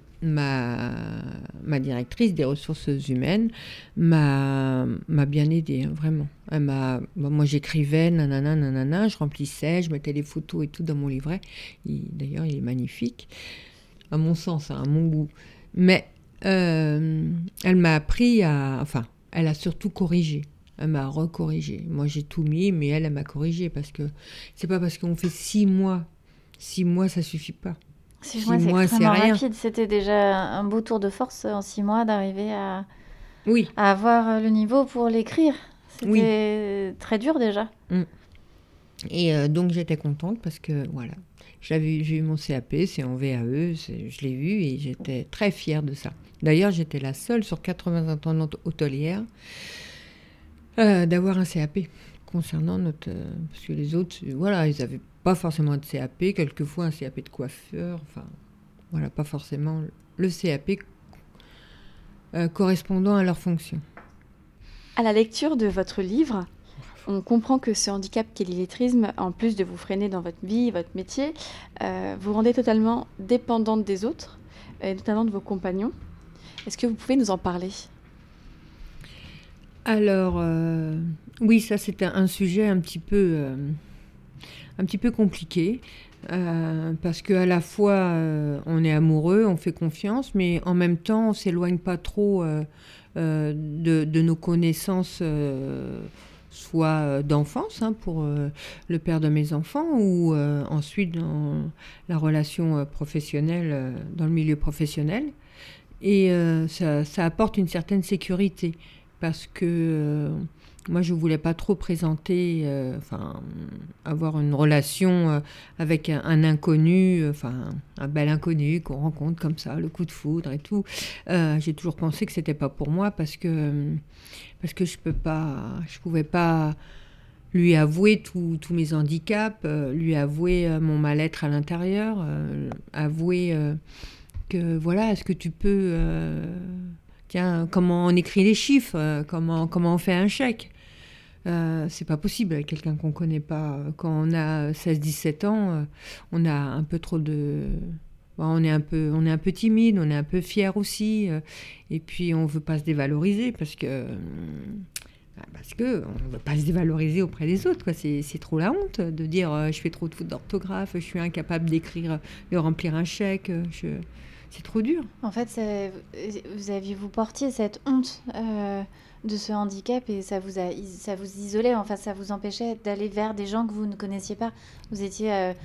ma directrice des ressources humaines m'a bien aidée, hein, vraiment. Moi, j'écrivais, nanana, je remplissais, je mettais les photos et tout dans mon livret. D'ailleurs, il est magnifique, à mon sens, à mon goût. Mais elle m'a appris elle a surtout corrigé. Elle m'a recorrigé. Moi, j'ai tout mis, mais elle m'a corrigé, parce que c'est pas parce qu'on fait 6 mois. 6 mois, ça suffit pas. 6 mois, c'est extrêmement rapide. C'était déjà un beau tour de force en 6 mois d'arriver à avoir le niveau pour l'écrire. C'était très dur déjà. Et donc, j'étais contente parce que, voilà, j'ai eu mon CAP, c'est en VAE, je l'ai vu et j'étais très fière de ça. D'ailleurs, j'étais la seule sur 80 intendantes hôtelières d'avoir un CAP. concernant notre... parce que les autres, voilà, ils n'avaient pas forcément de CAP, quelquefois un CAP de coiffeur, enfin, voilà, pas forcément le CAP correspondant à leur fonction. À la lecture de votre livre, on comprend que ce handicap qu'est l'illettrisme, en plus de vous freiner dans votre vie, votre métier, vous rendez totalement dépendante des autres, et notamment de vos compagnons. Est-ce que vous pouvez nous en parler ? Alors, oui, ça c'est un sujet un petit peu compliqué, parce qu'à la fois on est amoureux, on fait confiance, mais en même temps on ne s'éloigne pas trop de nos connaissances, soit d'enfance, pour le père de mes enfants, ou ensuite dans la relation professionnelle, dans le milieu professionnel. Et ça apporte une certaine sécurité, parce que moi, je ne voulais pas trop présenter, avoir une relation avec un inconnu, un bel inconnu qu'on rencontre comme ça, le coup de foudre et tout. J'ai toujours pensé que ce n'était pas pour moi, parce que je pouvais pas lui avouer tous mes handicaps, lui avouer mon mal-être à l'intérieur, avouer que, voilà, est-ce que tu peux... tiens, comment on écrit les chiffres, comment on fait un chèque. C'est pas possible avec quelqu'un qu'on connaît pas. Quand on a 16-17 ans, on a un peu trop de... on est un peu timide, on est un peu fier aussi, et puis on veut pas se dévaloriser parce que on veut pas se dévaloriser auprès des autres, quoi. C'est trop la honte de dire je fais trop de fautes d'orthographe, je suis incapable d'écrire, de remplir un chèque, c'est trop dur. En fait, vous portiez cette honte de ce handicap, et ça vous isolait, enfin ça vous empêchait d'aller vers des gens que vous ne connaissiez pas. Vous étiez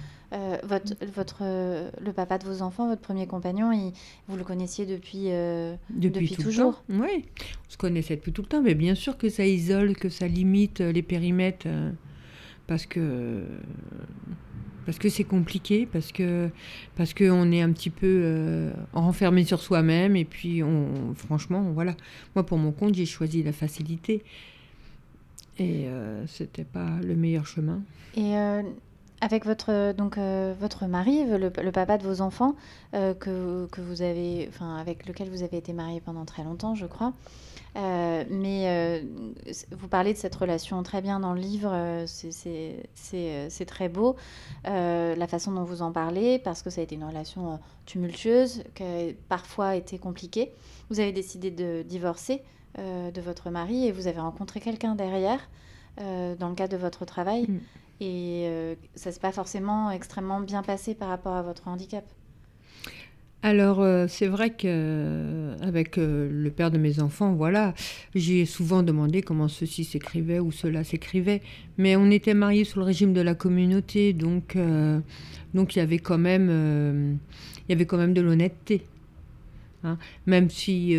le papa de vos enfants, votre premier compagnon, vous le connaissiez depuis toujours. Oui, on se connaissait depuis tout le temps, mais bien sûr que ça isole, que ça limite les périmètres, parce que c'est compliqué, parce que on est un petit peu renfermé sur soi-même, et puis franchement, voilà. Moi, pour mon compte, j'ai choisi la facilité, et c'était pas le meilleur chemin. Et avec votre mari, le papa de vos enfants, que vous avez, avec lequel vous avez été marié pendant très longtemps, je crois. Mais vous parlez de cette relation très bien dans le livre, c'est très beau, la façon dont vous en parlez, parce que ça a été une relation tumultueuse, qui a parfois été compliquée. Vous avez décidé de divorcer de votre mari, et vous avez rencontré quelqu'un derrière, dans le cadre de votre travail, et ça ne s'est pas forcément extrêmement bien passé par rapport à votre handicap. Alors, c'est vrai qu'avec le père de mes enfants, voilà, j'ai souvent demandé comment ceci s'écrivait ou cela s'écrivait, mais on était mariés sous le régime de la communauté, donc il y avait quand même de l'honnêteté, hein. Même si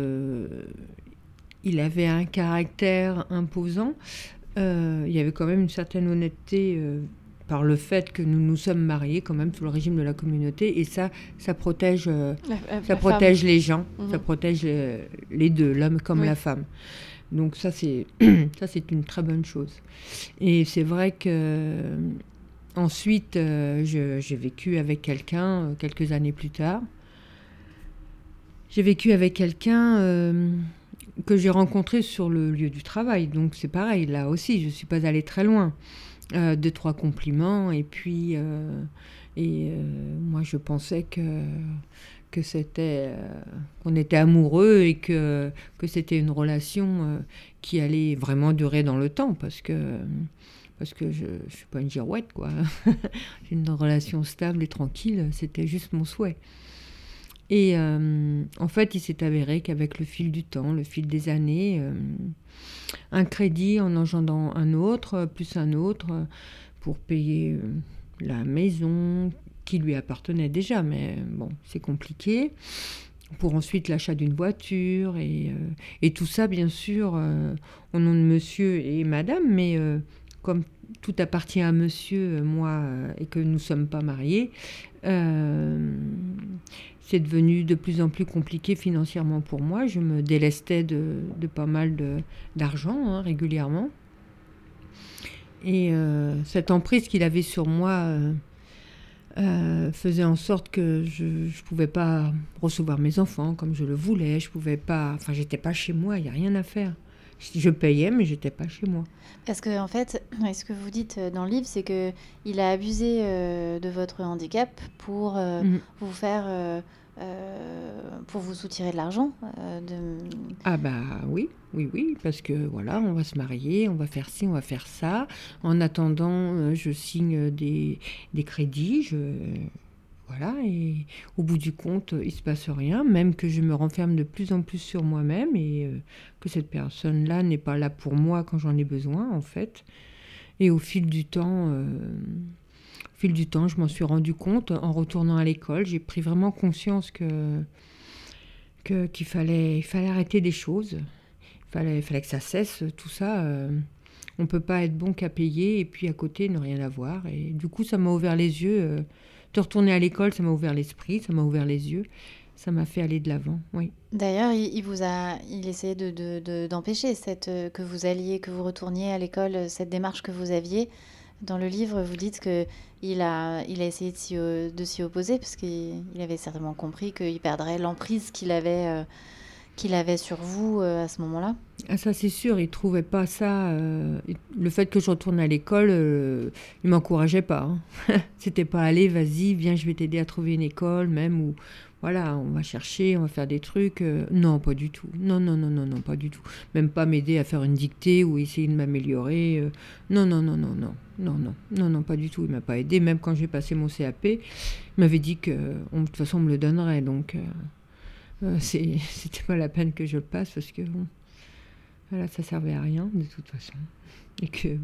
il avait un caractère imposant, il y avait quand même une certaine honnêteté, par le fait que nous nous sommes mariés quand même sous le régime de la communauté, et ça protège, protège les gens, ça protège les deux, l'homme comme la femme. Donc ça c'est une très bonne chose. Et c'est vrai que ensuite j'ai vécu avec quelqu'un quelques années plus tard. J'ai vécu avec quelqu'un que j'ai rencontré sur le lieu du travail, donc c'est pareil, là aussi je suis pas allée très loin. 2-3 compliments, et puis moi je pensais que c'était qu'on était amoureux, et que c'était une relation qui allait vraiment durer dans le temps, parce que je suis pas une girouette, quoi. J'ai une relation stable et tranquille, c'était juste mon souhait. Et en fait, il s'est avéré qu'avec le fil du temps, le fil des années, un crédit en engendrant un autre, plus un autre, pour payer la maison qui lui appartenait déjà, mais bon, c'est compliqué, pour ensuite l'achat d'une voiture, et tout ça, bien sûr, au nom de monsieur et madame, mais comme tout appartient à monsieur, moi, et que nous ne sommes pas mariés, c'est devenu de plus en plus compliqué financièrement pour moi. Je me délestais de pas mal d'argent, régulièrement. Et cette emprise qu'il avait sur moi faisait en sorte que je ne pouvais pas recevoir mes enfants comme je le voulais. Je pouvais pas... Enfin, j'étais pas chez moi, il n'y a rien à faire. Je payais, mais j'étais pas chez moi. Parce que en fait, ce que vous dites dans le livre, c'est que il a abusé de votre handicap pour vous faire, pour vous soutirer de l'argent. Ah bah oui, parce que voilà, on va se marier, on va faire ci, on va faire ça. En attendant, je signe des crédits, voilà, et au bout du compte, il se passe rien, même que je me renferme de plus en plus sur moi-même et que cette personne-là n'est pas là pour moi quand j'en ai besoin, en fait. Et au fil du temps, je m'en suis rendu compte en retournant à l'école. J'ai pris vraiment conscience qu'il fallait arrêter des choses. Il fallait que ça cesse, tout ça. On peut pas être bon qu'à payer et puis à côté ne rien avoir. Et du coup, ça m'a ouvert les yeux. De retourner à l'école, ça m'a ouvert l'esprit, ça m'a ouvert les yeux, ça m'a fait aller de l'avant, oui. D'ailleurs, il essayait d'empêcher que vous retourniez à l'école, cette démarche que vous aviez. Dans le livre, vous dites qu'il a essayé de s'y opposer parce qu'il avait certainement compris qu'il perdrait l'emprise qu'il avait sur vous à ce moment-là. Ah, ça c'est sûr, il trouvait pas ça. Le fait que je retourne à l'école, il m'encourageait pas. Hein. C'était pas allez, vas-y, viens, je vais t'aider à trouver une école, même ou voilà, on va chercher, on va faire des trucs. Non, pas du tout. Non, pas du tout. Même pas m'aider à faire une dictée ou essayer de m'améliorer. Non, pas du tout. Il m'a pas aidé. Même quand j'ai passé mon CAP, il m'avait dit que de toute façon on me le donnerait, donc. C'était pas la peine que je le passe parce que bon, voilà, ça servait à rien de toute façon et que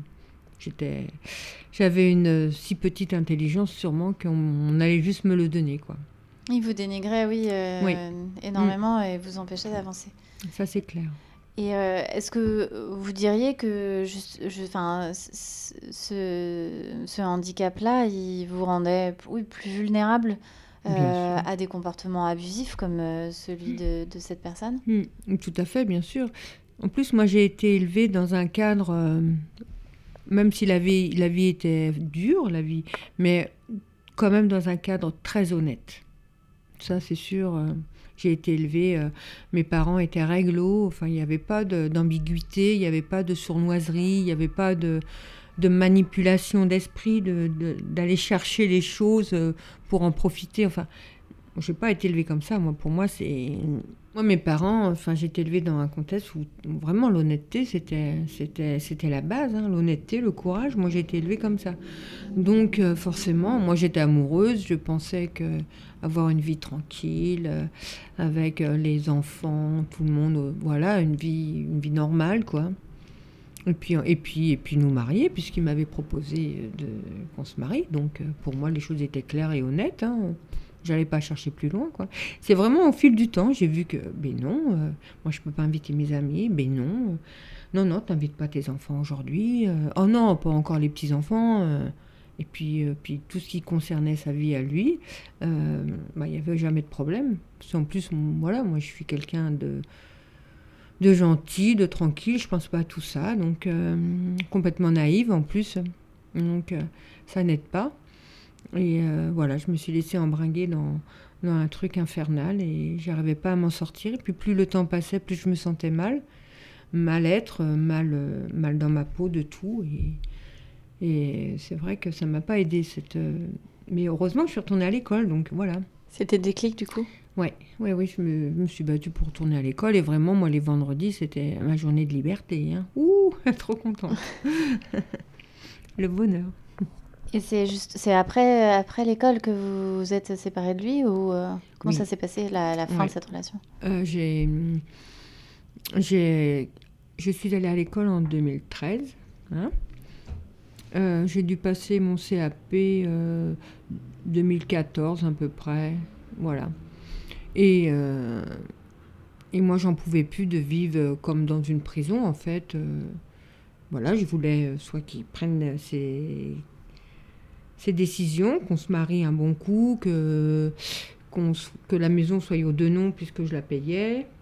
j'avais une si petite intelligence sûrement qu'on allait juste me le donner, quoi. Il vous dénigrait, oui. Énormément et vous empêchait d'avancer. Ça c'est clair. Et est-ce que vous diriez que ce handicap-là, il vous rendait plus vulnérable à des comportements abusifs comme celui de cette personne? Tout à fait, bien sûr. En plus, moi, j'ai été élevée dans un cadre, même si la vie était dure, mais quand même dans un cadre très honnête. Ça, c'est sûr. J'ai été élevée, mes parents étaient réglo, enfin, il n'y avait pas d'ambiguïté, il n'y avait pas de sournoiserie, il n'y avait pas de manipulation d'esprit, d'aller chercher les choses pour en profiter. Enfin, je n'ai pas été élevée comme ça. Pour moi, moi, mes parents, enfin, j'ai été élevée dans un contexte où vraiment l'honnêteté, c'était la base. Hein, l'honnêteté, le courage. Moi, j'ai été élevée comme ça. Donc, forcément, moi, j'étais amoureuse. Je pensais qu'avoir une vie tranquille, avec les enfants, tout le monde, voilà, une vie normale, quoi. Et puis nous marier, puisqu'il m'avait proposé qu'on se marie. Donc, pour moi, les choses étaient claires et honnêtes. Hein. J'allais pas chercher plus loin, quoi. C'est vraiment au fil du temps, j'ai vu que, non, moi, je peux pas inviter mes amis. Non, t'invites pas tes enfants aujourd'hui. Oh non, pas encore les petits-enfants. Et puis tout ce qui concernait sa vie à lui, il y avait jamais de problème. Parce qu'en plus, voilà, moi, je suis quelqu'un de gentil, de tranquille, je pense pas à tout ça, donc complètement naïve en plus, donc ça n'aide pas. Et voilà, je me suis laissée embringuer dans un truc infernal et j'arrivais pas à m'en sortir. Et puis plus le temps passait, plus je me sentais mal dans ma peau de tout. Et c'est vrai que ça m'a pas aidée mais heureusement que je suis retournée à l'école, donc voilà. C'était le déclic du coup? Oui, je me suis battue pour retourner à l'école et vraiment, moi, les vendredis, c'était ma journée de liberté. Hein. Ouh, trop contente. Le bonheur. Et c'est après l'école que vous vous êtes séparée de lui ou comment ça s'est passé la fin de cette relation? Je suis allée à l'école en 2013. Hein. J'ai dû passer mon CAP 2014 à peu près. Voilà. Et moi, j'en pouvais plus de vivre comme dans une prison, en fait. Voilà, je voulais soit qu'ils prennent ces décisions, qu'on se marie un bon coup, que la maison soit aux deux noms puisque je la payais.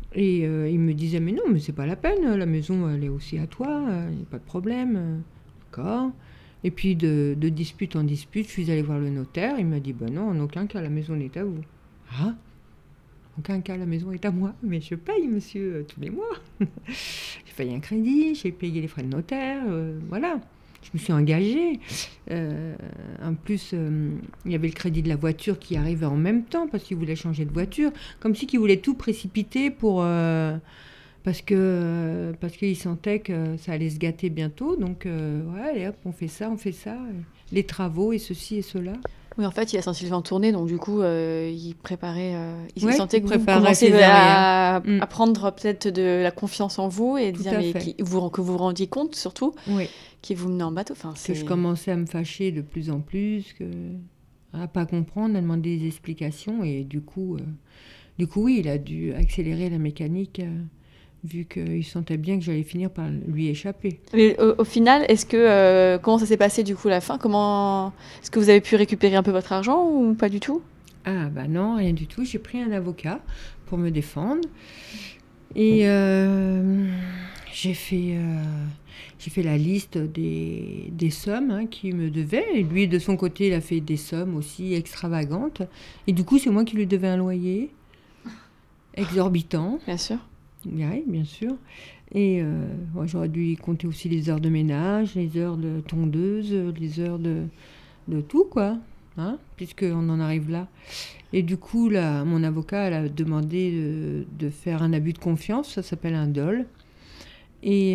Et il me disait, mais non, mais c'est pas la peine, la maison, elle est aussi à toi, il n'y a pas de problème. D'accord. Et puis, de dispute en dispute, je suis allée voir le notaire, il m'a dit, ben non, en aucun cas, la maison n'est à vous. Ah, en aucun cas, la maison est à moi, mais je paye, monsieur, tous les mois. J'ai payé un crédit, j'ai payé les frais de notaire, voilà. Je me suis engagée. En plus, il y avait le crédit de la voiture qui arrivait en même temps parce qu'il voulait changer de voiture. Comme si qu'il voulait tout précipiter parce qu'il sentait que ça allait se gâter bientôt. Donc, ouais, allez hop, on fait ça. Les travaux et ceci et cela. Oui, en fait, il a senti le vent tourner, donc du coup, il préparait. Il Ouais, sentait il que vous préparait commenciez ses à arrières. prendre peut-être de la confiance en vous et Tout dire à mais fait. que vous vous rendiez compte surtout Oui. qu'il vous menait en bateau. Enfin, Que je commençais à me fâcher de plus en plus, à pas comprendre, à demander des explications. Et du coup, oui, il a dû accélérer la mécanique, vu qu'il sentait bien que j'allais finir par lui échapper. Mais au final, est-ce que comment ça s'est passé du coup la fin? Est-ce que vous avez pu récupérer un peu votre argent ou pas du tout? Ah bah non, rien du tout. J'ai pris un avocat pour me défendre. Et j'ai fait la liste des sommes qu'il me devait. Et lui, de son côté, il a fait des sommes aussi extravagantes. Et du coup, c'est moi qui lui devais un loyer exorbitant. Bien sûr. Oui, bien sûr. Et moi, j'aurais dû compter aussi les heures de ménage, les heures de tondeuse, les heures de tout, quoi. Hein, puisqu'on en arrive là. Et du coup, là, mon avocat, elle a demandé de faire un abus de confiance, ça s'appelle un dol. Et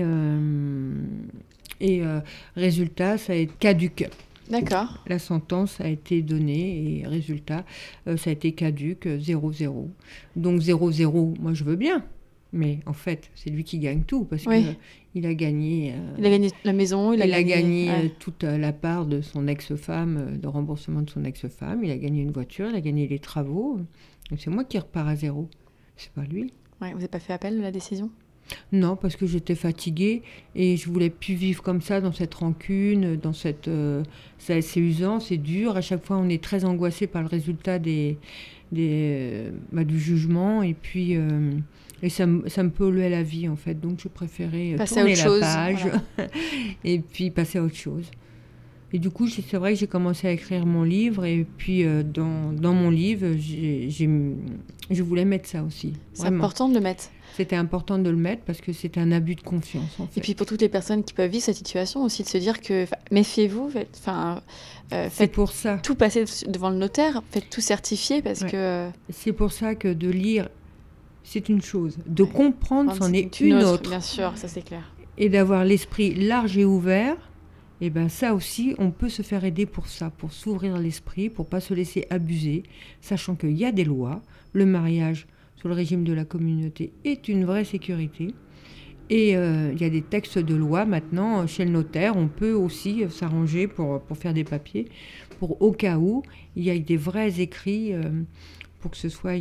résultat, ça a été caduc. D'accord. La sentence a été donnée et résultat, ça a été caduc, 0-0. Donc 0-0, moi je veux bien. Mais en fait, c'est lui qui gagne tout parce qu'il a gagné... il a gagné la maison, il a gagné ouais. toute la part de son ex-femme, de remboursement de son ex-femme. Il a gagné une voiture, il a gagné les travaux. Donc c'est moi qui repars à 0. C'est pas lui. Ouais, vous n'avez pas fait appel de la décision? Non, parce que j'étais fatiguée et je voulais plus vivre comme ça, dans cette rancune, dans cette... c'est usant, c'est dur. À chaque fois, on est très angoissé par le résultat du jugement. Et puis... et ça me polluait la vie, en fait. Donc, je préférais tourner la page et puis passer à autre chose. Et du coup, c'est vrai que j'ai commencé à écrire mon livre. Et puis, dans mon livre, je voulais mettre ça aussi. C'est important de le mettre. C'était important de le mettre parce que c'est un abus de confiance, en fait. Et puis, pour toutes les personnes qui peuvent vivre cette situation aussi, de se dire que méfiez-vous, faites pour ça. Tout passer devant le notaire, faites tout certifier parce que... C'est pour ça que de lire... c'est une chose. De comprendre, c'en est une autre. Bien sûr, ça c'est clair. Et d'avoir l'esprit large et ouvert, et ben ça aussi, on peut se faire aider pour ça, pour s'ouvrir l'esprit, pour pas se laisser abuser, sachant qu'il y a des lois. Le mariage sous le régime de la communauté est une vraie sécurité. Et il y a des textes de loi maintenant chez le notaire. On peut aussi s'arranger pour faire des papiers, pour au cas où il y a des vrais écrits... pour que ce soit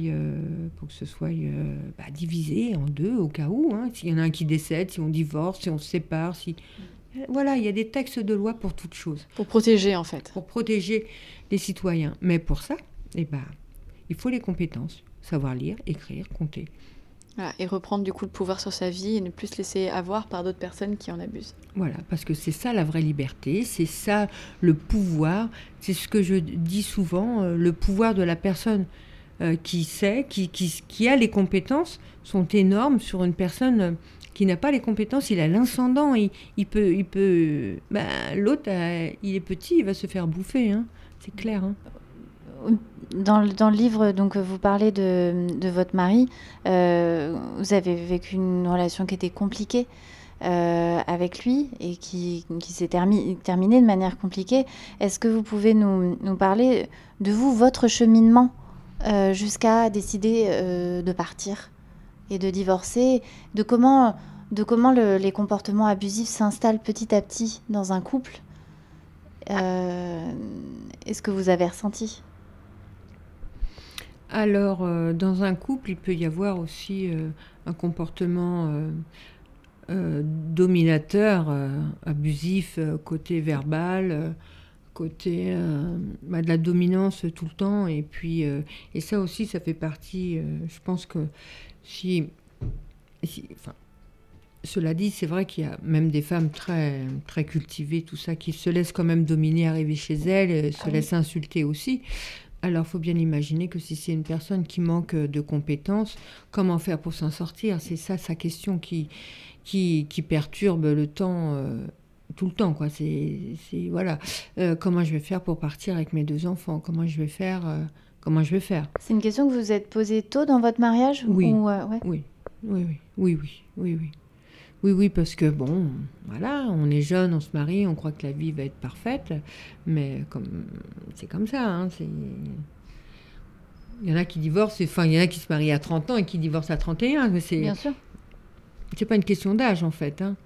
divisé en deux, au cas où. Hein, s'il y en a un qui décède, si on divorce, si on se sépare. Voilà, il y a des textes de loi pour toutes choses. Pour protéger, en fait. Pour protéger les citoyens. Mais pour ça, il faut les compétences. Savoir lire, écrire, compter. Voilà, et reprendre du coup le pouvoir sur sa vie et ne plus se laisser avoir par d'autres personnes qui en abusent. Voilà, parce que c'est ça la vraie liberté, c'est ça le pouvoir. C'est ce que je dis souvent, le pouvoir de la personne qui sait, qui a les compétences, sont énormes sur une personne qui n'a pas les compétences. Il a l'incendant, il peut l'autre, il est petit, il va se faire bouffer, hein, c'est clair. Hein. Dans le livre, donc, vous parlez de votre mari. Vous avez vécu une relation qui était compliquée avec lui et qui s'est terminée de manière compliquée. Est-ce que vous pouvez nous parler de votre cheminement jusqu'à décider de partir et de divorcer, de comment les comportements abusifs s'installent petit à petit dans un couple? Est-ce que vous avez ressenti? Alors, dans un couple, il peut y avoir aussi un comportement dominateur, abusif, côté verbal, côté de la dominance tout le temps. Et puis, et ça aussi, ça fait partie, je pense que si Cela dit, c'est vrai qu'il y a même des femmes très, très cultivées, tout ça, qui se laissent quand même dominer, arriver chez elles, se laissent insulter aussi. Alors, il faut bien imaginer que si c'est une personne qui manque de compétences, comment faire pour s'en sortir ? C'est ça sa question qui perturbe le temps, tout le temps, quoi. Voilà. Comment je vais faire pour partir avec mes 2 enfants ? Comment je vais faire ? C'est une question que vous vous êtes posée tôt dans votre mariage ? Oui. Ouais. Oui, parce que bon, voilà, on est jeune, on se marie, on croit que la vie va être parfaite, mais c'est comme ça, hein, il y en a qui divorcent, il y en a qui se marient à 30 ans et qui divorcent à 31, mais Bien sûr. C'est pas une question d'âge, en fait, hein.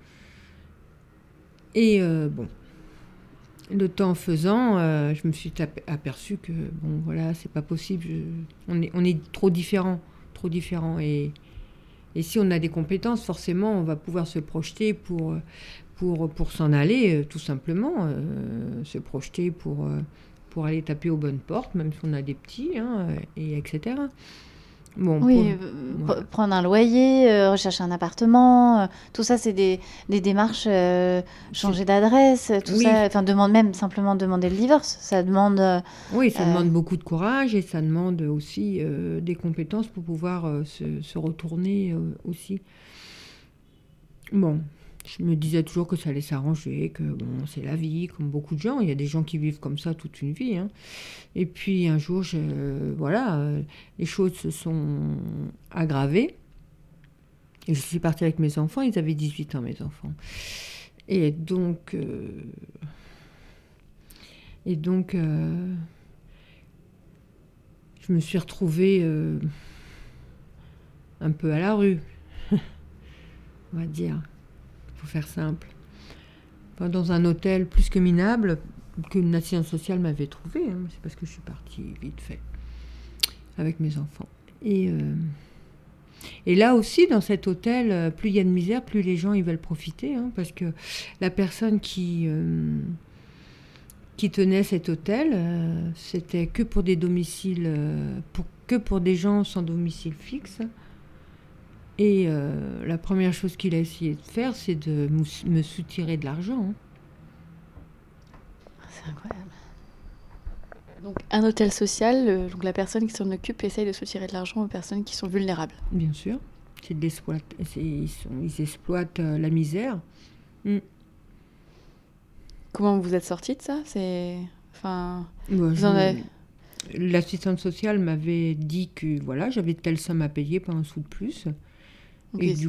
Et bon, le temps faisant, je me suis aperçue que, bon, voilà, c'est pas possible, on est trop différents, et si on a des compétences, forcément, on va pouvoir se projeter pour s'en aller, tout simplement. Se projeter pour aller taper aux bonnes portes, même si on a des petits, hein, et etc. Bon, prendre un loyer, rechercher un appartement, tout ça, c'est des démarches, changer d'adresse, tout ça. Enfin, simplement demander le divorce. Ça demande... ça demande beaucoup de courage et ça demande aussi des compétences pour pouvoir se retourner aussi. Bon, je me disais toujours que ça allait s'arranger, que bon, c'est la vie, comme beaucoup de gens. Il y a des gens qui vivent comme ça toute une vie, hein. Et puis un jour, les choses se sont aggravées. Et je suis partie avec mes enfants. Ils avaient 18 ans, mes enfants. Et donc, je me suis retrouvée un peu à la rue, on va dire. Pour faire simple. Enfin, dans un hôtel plus que minable qu'une assistante sociale m'avait trouvé, hein. C'est parce que je suis partie vite fait avec mes enfants. Et là aussi, dans cet hôtel, plus il y a de misère, plus les gens ils veulent profiter, hein, parce que la personne qui tenait cet hôtel, c'était que pour des domiciles, que pour des gens sans domicile fixe. Et la première chose qu'il a essayé de faire, c'est de me soutirer de l'argent, hein. C'est incroyable. Donc, un hôtel social, donc la personne qui s'en occupe essaye de soutirer de l'argent aux personnes qui sont vulnérables. Bien sûr. Ils exploitent la misère. Comment vous êtes sortie de ça ? L'assistante sociale m'avait dit que voilà, j'avais telle somme à payer, pas un sou de plus. Et du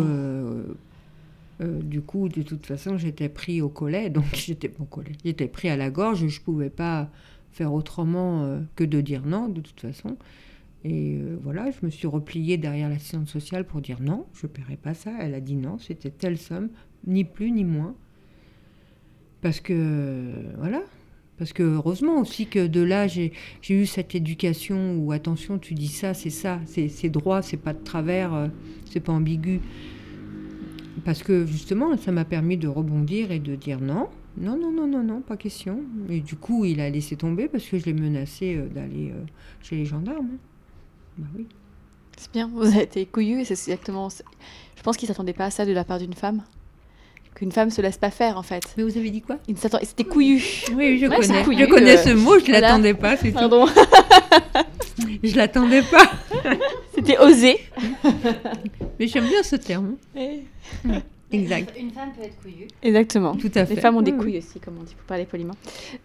coup, de toute façon, j'étais pris au collet, donc j'étais pris à la gorge, je ne pouvais pas faire autrement que de dire non, de toute façon. Et voilà, je me suis repliée derrière l'assistante sociale pour dire non, je ne paierai pas ça. Elle a dit non, c'était telle somme, ni plus ni moins. Parce que, voilà. Parce que heureusement aussi que de là, j'ai eu cette éducation où, attention, tu dis ça, c'est droit, c'est pas de travers, c'est pas ambigu. Parce que justement, ça m'a permis de rebondir et de dire non, pas question. Et du coup, il a laissé tomber parce que je l'ai menacé d'aller chez les gendarmes. Bah oui. C'est bien, vous avez été couillu et c'est exactement... Je pense qu'il ne s'attendait pas à ça de la part d'une femme. Qu'une femme se laisse pas faire, en fait. Mais vous avez dit quoi ? C'était couillu. Oui, je connais. Couillu, je connais ce mot, je ne l'attendais pas. Pardon. Je l'attendais pas. C'était osé. Mais j'aime bien ce terme. Exact. Une femme peut être couillue. Exactement. Tout à fait. Les femmes ont des couilles aussi, comme on dit, pour parler poliment.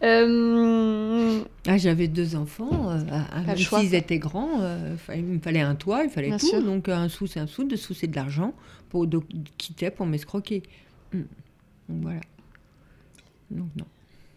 J'avais 2 enfants. Même s'ils étaient grands, il me fallait un toit, il fallait bien tout. Sûr. Donc un sou, c'est un sou, 2 sous, c'est de l'argent pour quitter pour m'escroquer. Donc voilà. Donc non.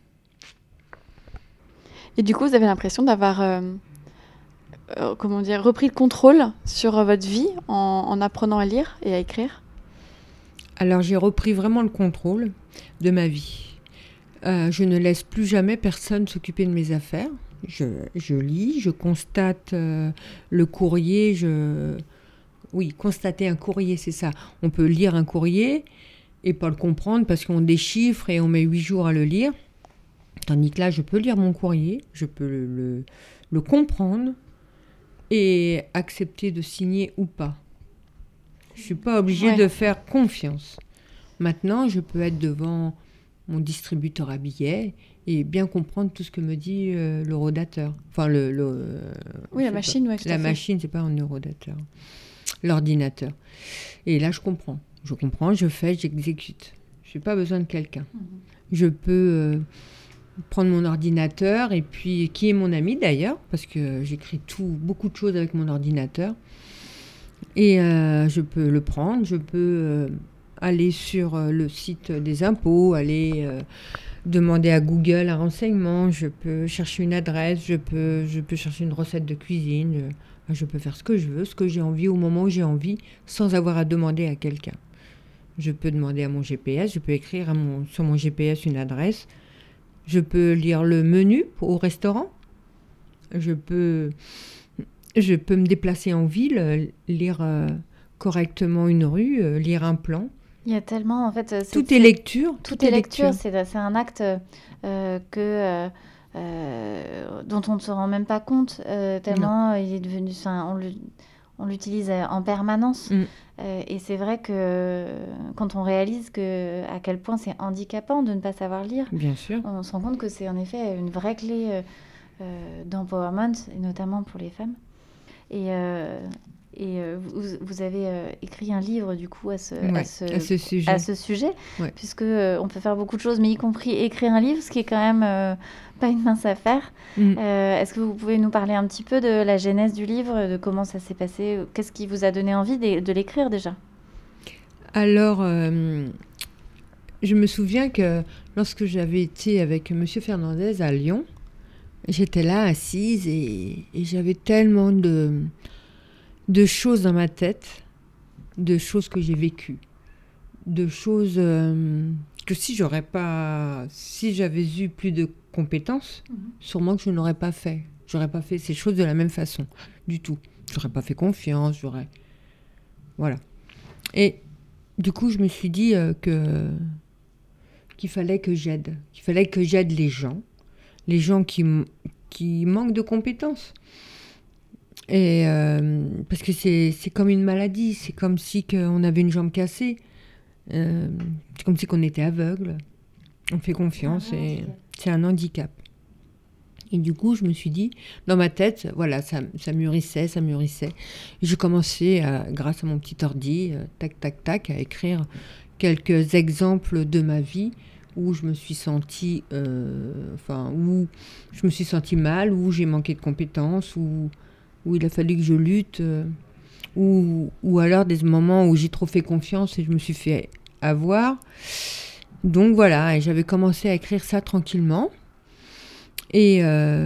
Et du coup, vous avez l'impression d'avoir repris le contrôle sur votre vie en apprenant à lire et à écrire ? Alors j'ai repris vraiment le contrôle de ma vie. Je ne laisse plus jamais personne s'occuper de mes affaires. Je lis, je constate le courrier. Oui, constater un courrier, c'est ça. On peut lire un courrier et pas le comprendre parce qu'on déchiffre et on met 8 jours à le lire. Tandis que là, je peux lire mon courrier, je peux le comprendre et accepter de signer ou pas. Je ne suis pas obligée de faire confiance. Maintenant, je peux être devant mon distributeur à billets et bien comprendre tout ce que me dit l'horodateur. Enfin, oui, la machine, oui, tout à fait. La machine, c'est pas un horodateur. L'ordinateur. Et là, je comprends. Je comprends, je fais, j'exécute. Je n'ai pas besoin de quelqu'un. Je peux prendre mon ordinateur, et puis, qui est mon ami d'ailleurs, parce que j'écris beaucoup de choses avec mon ordinateur. Et je peux le prendre, je peux aller sur le site des impôts, aller demander à Google un renseignement, je peux chercher une adresse, je peux chercher une recette de cuisine, je peux faire ce que je veux, ce que j'ai envie, au moment où j'ai envie, sans avoir à demander à quelqu'un. Je peux demander à mon GPS, je peux écrire sur mon GPS une adresse, je peux lire le menu au restaurant, je peux me déplacer en ville, lire correctement une rue, lire un plan. Il y a tellement, en fait... Tout est lecture. Tout est lecture. C'est un acte dont on ne se rend même pas compte, tellement il est devenu... On l'utilise en permanence. Et c'est vrai que quand on réalise à quel point c'est handicapant de ne pas savoir lire, bien sûr, on se rend compte que c'est en effet une vraie clé d'empowerment, et notamment pour les femmes. Et vous avez écrit un livre du coup à ce sujet, puisque on peut faire beaucoup de choses, mais y compris écrire un livre, ce qui est quand même pas une mince affaire. Est-ce que vous pouvez nous parler un petit peu de la genèse du livre, de comment ça s'est passé, qu'est-ce qui vous a donné envie de l'écrire déjà? Alors, je me souviens que lorsque j'avais été avec Monsieur Fernandez à Lyon, j'étais là assise et j'avais tellement de choses dans ma tête, de choses que j'ai vécues, de choses que si j'avais eu plus de compétences, sûrement que je n'aurais pas fait. J'aurais pas fait ces choses de la même façon, du tout. J'aurais pas fait confiance, voilà. Et du coup, je me suis dit qu'il fallait que j'aide les gens qui manquent de compétences. Et parce que c'est comme une maladie, c'est comme si on avait une jambe cassée, c'est comme si on était aveugle. On fait confiance et c'est un handicap. Et du coup, je me suis dit, dans ma tête, voilà, ça mûrissait. J'ai commencé, grâce à mon petit ordi, tac, à écrire quelques exemples de ma vie où je me suis sentie, où je me suis sentie mal, où j'ai manqué de compétences, où il a fallu que je lutte, ou alors des moments où j'ai trop fait confiance et je me suis fait avoir. Donc voilà, et j'avais commencé à écrire ça tranquillement. Et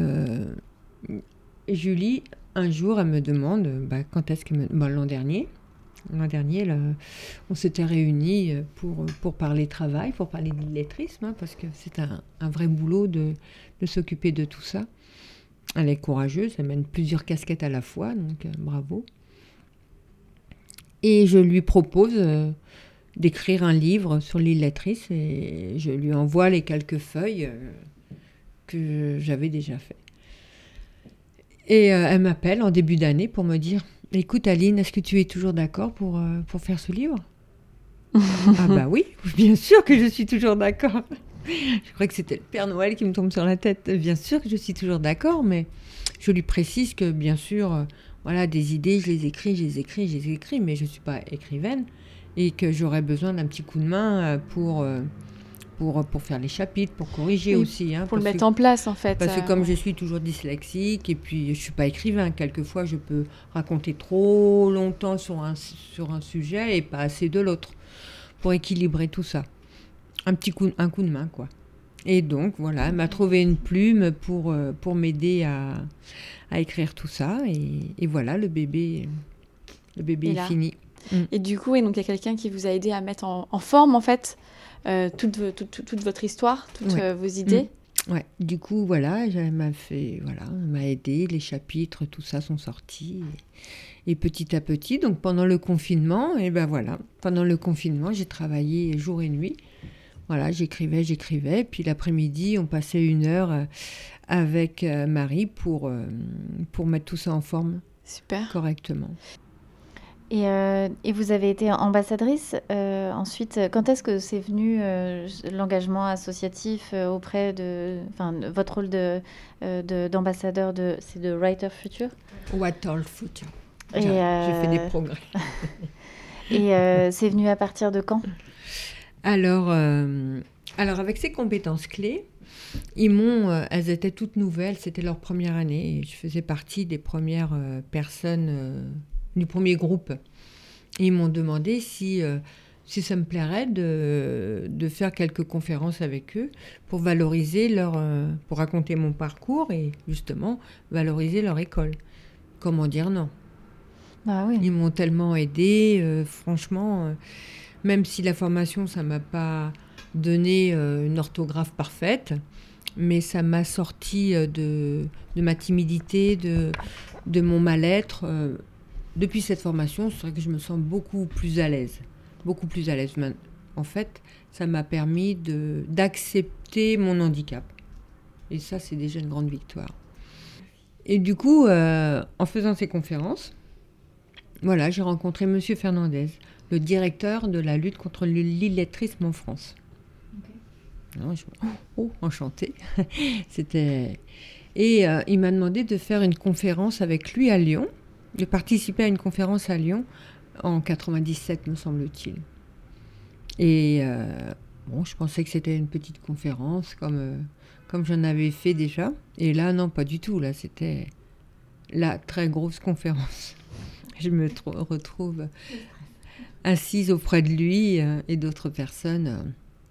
Julie, un jour, elle me demande, quand est-ce que... L'an dernier, on s'était réunis pour parler travail, pour parler d'illettrisme, parce que c'est un vrai boulot de s'occuper de tout ça. Elle est courageuse, elle mène plusieurs casquettes à la fois, donc bravo. Et je lui propose d'écrire un livre sur l'illettrisme et je lui envoie les quelques feuilles que j'avais déjà fait. Et elle m'appelle en début d'année pour me dire « Écoute Aline, est-ce que tu es toujours d'accord pour faire ce livre ?» Ah bah oui, bien sûr que je suis toujours d'accord. Je crois que c'était le Père Noël qui me tombe sur la tête. Bien sûr que je suis toujours d'accord, mais je lui précise que, bien sûr, des idées, je les écris, mais je ne suis pas écrivaine et que j'aurais besoin d'un petit coup de main pour faire les chapitres, pour corriger aussi. Pour le mettre en place, en fait. Parce que comme je suis toujours dyslexique et puis je ne suis pas écrivain, quelquefois je peux raconter trop longtemps sur un sujet et pas assez de l'autre pour équilibrer tout ça. Un coup de main, quoi. Et donc, voilà, elle m'a trouvé une plume pour m'aider à écrire tout ça. Et voilà, le bébé est fini. Et du coup, donc il y a quelqu'un qui vous a aidé à mettre en forme, en fait, toute votre histoire, toutes vos idées. Ouais, du coup, voilà, elle m'a aidé, les chapitres, tout ça sont sortis. Et petit à petit, donc pendant le confinement, pendant le confinement, j'ai travaillé jour et nuit. Voilà, j'écrivais, puis l'après-midi, on passait 1 heure avec Marie pour mettre tout ça en forme. Super. Correctement. Et vous avez été ambassadrice. Ensuite, quand est-ce que c'est venu l'engagement associatif auprès de... Enfin, votre rôle d'ambassadeur c'est de Writer Future? Writer Future. Et, J'ai fait des progrès. Et c'est venu à partir de quand? Alors, avec ces compétences clés, elles étaient toutes nouvelles, c'était leur première année. Et je faisais partie des premières personnes du premier groupe. Et ils m'ont demandé si ça me plairait de faire quelques conférences avec eux pour valoriser pour raconter mon parcours et justement valoriser leur école. Comment dire non? Ah oui. Ils m'ont tellement aidée, franchement, même si la formation, ça ne m'a pas donné une orthographe parfaite, mais ça m'a sorti de ma timidité, de mon mal-être. Depuis cette formation, c'est vrai que je me sens beaucoup plus à l'aise. Beaucoup plus à l'aise. En fait, ça m'a permis d'accepter mon handicap. Et ça, c'est déjà une grande victoire. Et du coup, en faisant ces conférences, voilà, j'ai rencontré Monsieur Fernandez, le directeur de la lutte contre l'illettrisme en France. Okay. Enchantée. Et il m'a demandé de faire une conférence avec lui à Lyon, de participer à une conférence à Lyon en 97, me semble-t-il. Et je pensais que c'était une petite conférence, comme j'en avais fait déjà. Et là, non, pas du tout. Là, c'était la très grosse conférence. Je me retrouve assise auprès de lui et d'autres personnes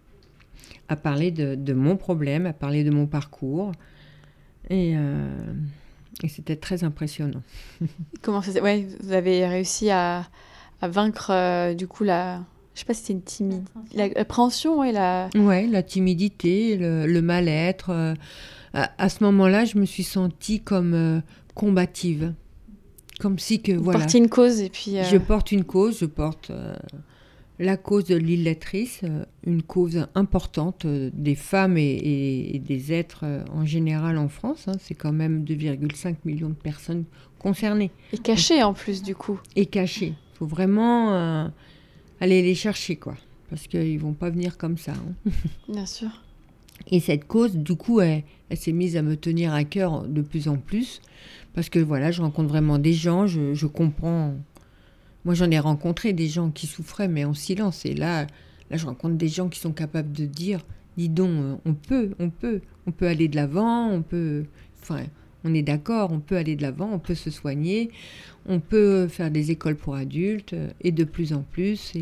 à parler de mon problème, à parler de mon parcours. Et c'était très impressionnant. Comment ça s'est... Ouais, vous avez réussi à vaincre du coup la... Je sais pas si c'était une timide... L'appréhension, ouais, la timidité, le mal-être. À ce moment-là, je me suis sentie comme combative. Comme si que, vous portiez une cause et puis... Je porte une cause, je porte la cause de l'illettrisme, une cause importante des femmes et des êtres en général en France. C'est quand même 2,5 millions de personnes concernées. Et cachées en plus, du coup. Et cachées. Il faut vraiment aller les chercher, quoi. Parce qu'ils ne vont pas venir comme ça. Bien sûr. Et cette cause, du coup, elle s'est mise à me tenir à cœur de plus en plus. Parce que voilà, je rencontre vraiment des gens, je comprends. Moi, j'en ai rencontré des gens qui souffraient, mais en silence. Et là, je rencontre des gens qui sont capables de dire, dis donc, on peut aller de l'avant, on est d'accord, on peut aller de l'avant, on peut se soigner, on peut faire des écoles pour adultes, et de plus en plus,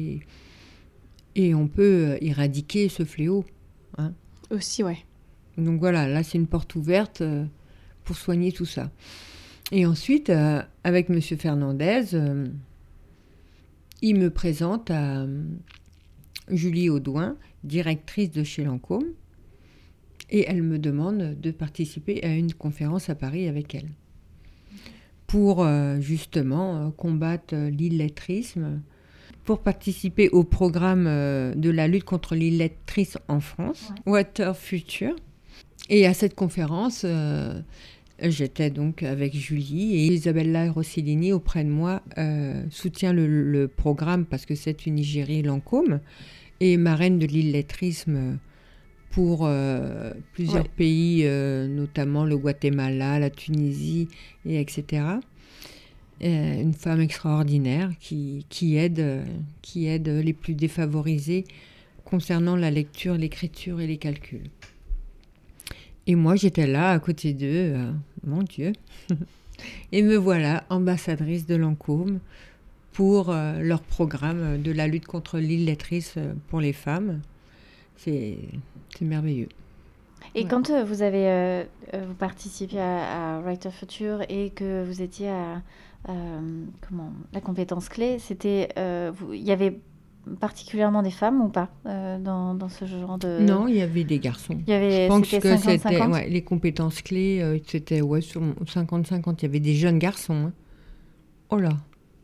et on peut éradiquer ce fléau. Hein. Aussi, ouais. Donc voilà, là, c'est une porte ouverte pour soigner tout ça. Et ensuite, avec M. Fernandez, il me présente à Julie Audouin, directrice de chez Lancôme, et elle me demande de participer à une conférence à Paris avec elle pour justement combattre l'illettrisme, pour participer au programme de la lutte contre l'illettrisme en France, Writer Future. Et à cette conférence, j'étais donc avec Julie et Isabella Rossellini auprès de moi soutient le programme parce que c'est une Égérie Lancôme et marraine de l'illettrisme pour plusieurs pays, notamment le Guatemala, la Tunisie, et etc. Une femme extraordinaire qui aide les plus défavorisés concernant la lecture, l'écriture et les calculs. Et moi, j'étais là, à côté d'eux, mon Dieu. Et me voilà, ambassadrice de Lancôme pour leur programme de la lutte contre l'illettrisme pour les femmes. C'est merveilleux. Et quand vous participiez à Writer Future et que vous étiez à la compétence clé, il y avait particulièrement des femmes ou pas dans ce genre de... Non, il y avait des garçons. Je pense que c'était les compétences clés, c'était sur 50-50. Il y avait des jeunes garçons. Hein. Oh là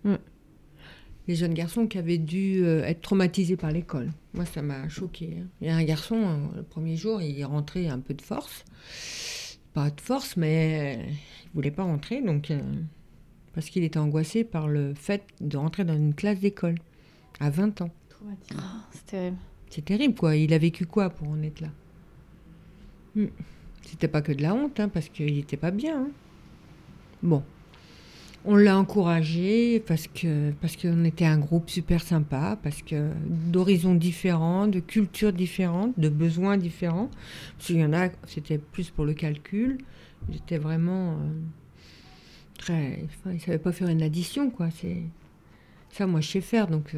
Les jeunes garçons qui avaient dû être traumatisés par l'école. Moi, ça m'a choquée. Hein. Il y a un garçon, le premier jour, il est rentré un peu de force. Pas de force, mais il ne voulait pas rentrer, donc... parce qu'il était angoissé par le fait de rentrer dans une classe d'école à 20 ans. C'est terrible. C'est terrible, quoi. Il a vécu quoi pour en être là? C'était pas que de la honte, hein, parce qu'il était pas bien. Hein. Bon. On l'a encouragé parce qu'on était un groupe super sympa, parce que d'horizons différents, de cultures différentes, de besoins différents. Parce qu'il y en a, c'était plus pour le calcul. J'étais vraiment très... Enfin, ils ne savaient pas faire une addition, quoi. Ça, moi, je sais faire, donc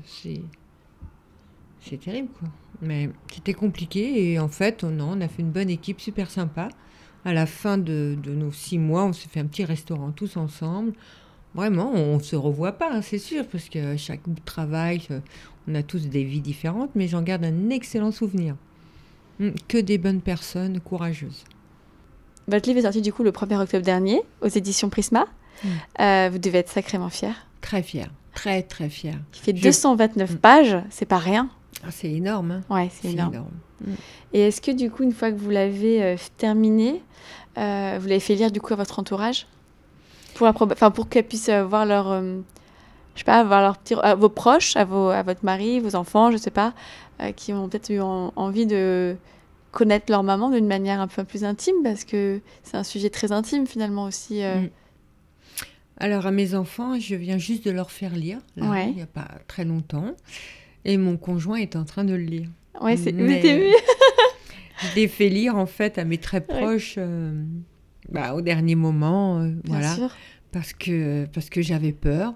c'est terrible, quoi. Mais c'était compliqué, et en fait, on a fait une bonne équipe, super sympa. À la fin de nos 6 mois, on s'est fait un petit restaurant tous ensemble. Vraiment, on ne se revoit pas, hein, c'est sûr, parce que chaque travail, on a tous des vies différentes, mais j'en garde un excellent souvenir. Que des bonnes personnes courageuses. Votre livre est sorti du coup le 1er octobre dernier, aux éditions Prisma. Vous devez être sacrément fière. Très fière, très très fière. Il fait 229 pages, c'est pas rien. Ah, c'est énorme, hein. Ouais, c'est énorme. Et est-ce que du coup, une fois que vous l'avez terminé, vous l'avez fait lire du coup à votre entourage pour qu'elles puissent voir leur, voir leur à vos proches, à votre mari, vos enfants, je sais pas, qui ont peut-être eu envie de connaître leur maman d'une manière un peu plus intime, parce que c'est un sujet très intime finalement aussi. Alors à mes enfants, je viens juste de leur faire lire, il n'y a pas très longtemps, et mon conjoint est en train de le lire. Ouais, vous êtes émue. Je l'ai fait lire en fait à mes très proches au dernier moment, voilà, sûr. parce que j'avais peur.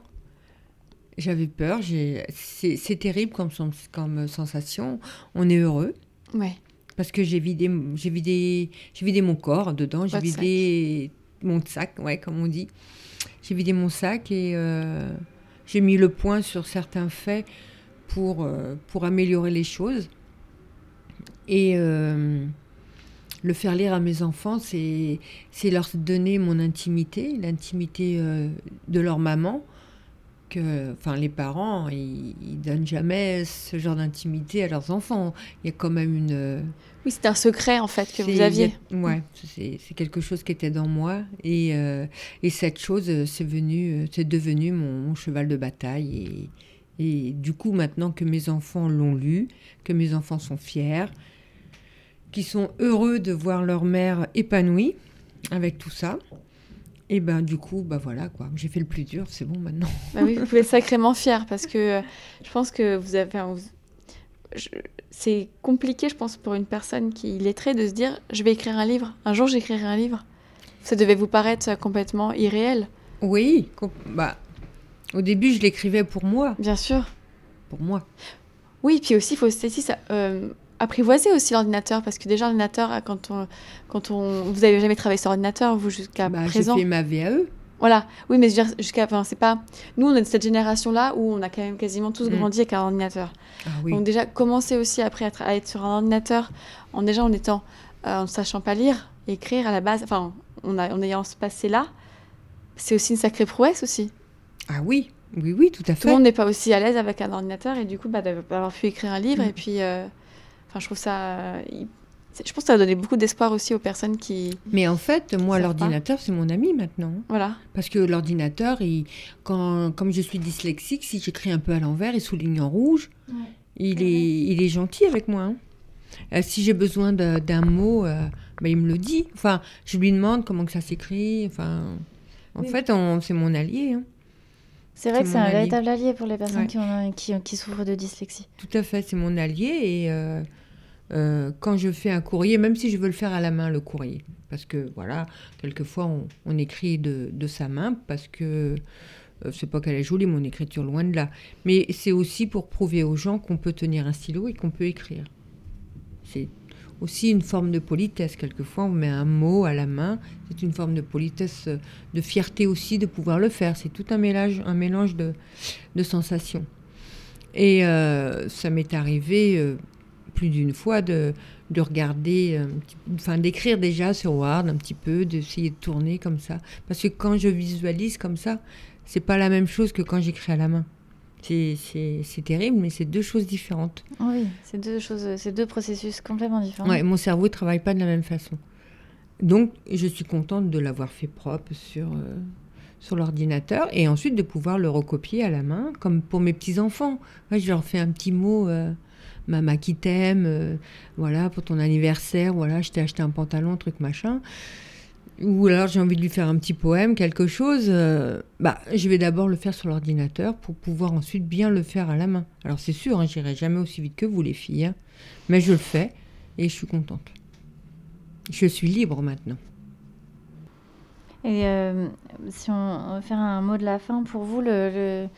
C'est terrible comme sensation. On est heureux. Ouais. Parce que j'ai vidé mon corps dedans, j'ai vidé mon sac, comme on dit. J'ai vidé mon sac et j'ai mis le point sur certains faits pour améliorer les choses. Et le faire lire à mes enfants, c'est leur donner mon intimité, l'intimité de leur maman. Les parents, ils donnent jamais ce genre d'intimité à leurs enfants. Il y a quand même une... Oui, c'est un secret en fait que vous aviez. C'est quelque chose qui était dans moi. Et cette chose, c'est devenu mon cheval de bataille. Et du coup, maintenant que mes enfants l'ont lu, que mes enfants sont fiers, qui sont heureux de voir leur mère épanouie avec tout ça, et du coup, voilà quoi. J'ai fait le plus dur, c'est bon maintenant. Oui, vous pouvez être sacrément fière parce que je pense que vous avez... c'est compliqué, je pense, pour une personne qui est lettrée de se dire « je vais écrire un livre, un jour j'écrirai un livre ». Ça devait vous paraître complètement irréel. Oui, au début, je l'écrivais pour moi. Bien sûr. Pour moi. Oui, puis aussi, il faut apprivoiser aussi l'ordinateur, parce que déjà, l'ordinateur, vous n'avez jamais travaillé sur ordinateur, vous, jusqu'à présent. J'ai fait ma VAE. Voilà, oui, mais je veux dire, c'est pas... Nous, on est de cette génération-là où on a quand même quasiment tous grandi avec un ordinateur. Ah, oui. Donc déjà, commencer aussi après à être sur un ordinateur, en ne sachant pas lire, écrire à la base, en ayant ce passé-là, c'est aussi une sacrée prouesse aussi. Ah oui, oui, tout à fait. Tout le monde n'est pas aussi à l'aise avec un ordinateur, et du coup, d'avoir pu écrire un livre, et puis... je trouve ça... Je pense que ça va donner beaucoup d'espoir aussi aux personnes qui... Mais en fait, moi, l'ordinateur, c'est mon ami maintenant. Voilà. Parce que l'ordinateur, comme je suis dyslexique, si j'écris un peu à l'envers, il souligne en rouge. Ouais. Il est gentil avec moi. Hein. Si j'ai besoin d'un mot, il me le dit. Enfin, je lui demande comment que ça s'écrit. En fait, c'est mon allié. Hein. C'est vrai que c'est un véritable allié pour les personnes qui souffrent de dyslexie. Tout à fait, c'est mon allié. Et quand je fais un courrier, même si je veux le faire à la main, le courrier, parce que voilà, quelquefois on écrit de sa main, parce que c'est pas qu'elle est jolie, mon écriture, loin de là. Mais c'est aussi pour prouver aux gens qu'on peut tenir un stylo et qu'on peut écrire. C'est aussi une forme de politesse. Quelquefois, on met un mot à la main. C'est une forme de politesse, de fierté aussi de pouvoir le faire. C'est tout un mélange de sensations. Et ça m'est arrivé plus d'une fois de regarder, d'écrire déjà sur Word un petit peu, d'essayer de tourner comme ça. Parce que quand je visualise comme ça, c'est pas la même chose que quand j'écris à la main. C'est terrible, mais c'est deux choses différentes. Oui, c'est deux processus complètement différents. Ouais, mon cerveau ne travaille pas de la même façon. Donc, je suis contente de l'avoir fait propre sur l'ordinateur et ensuite de pouvoir le recopier à la main, comme pour mes petits-enfants. Moi, je leur fais un petit mot, maman qui t'aime, voilà, pour ton anniversaire, voilà, je t'ai acheté un pantalon, truc machin. Ou alors j'ai envie de lui faire un petit poème, quelque chose, je vais d'abord le faire sur l'ordinateur pour pouvoir ensuite bien le faire à la main. Alors c'est sûr, hein, j'irai jamais aussi vite que vous les filles, hein, mais je le fais et je suis contente. Je suis libre maintenant. Et si on veut faire un mot de la fin, pour vous, la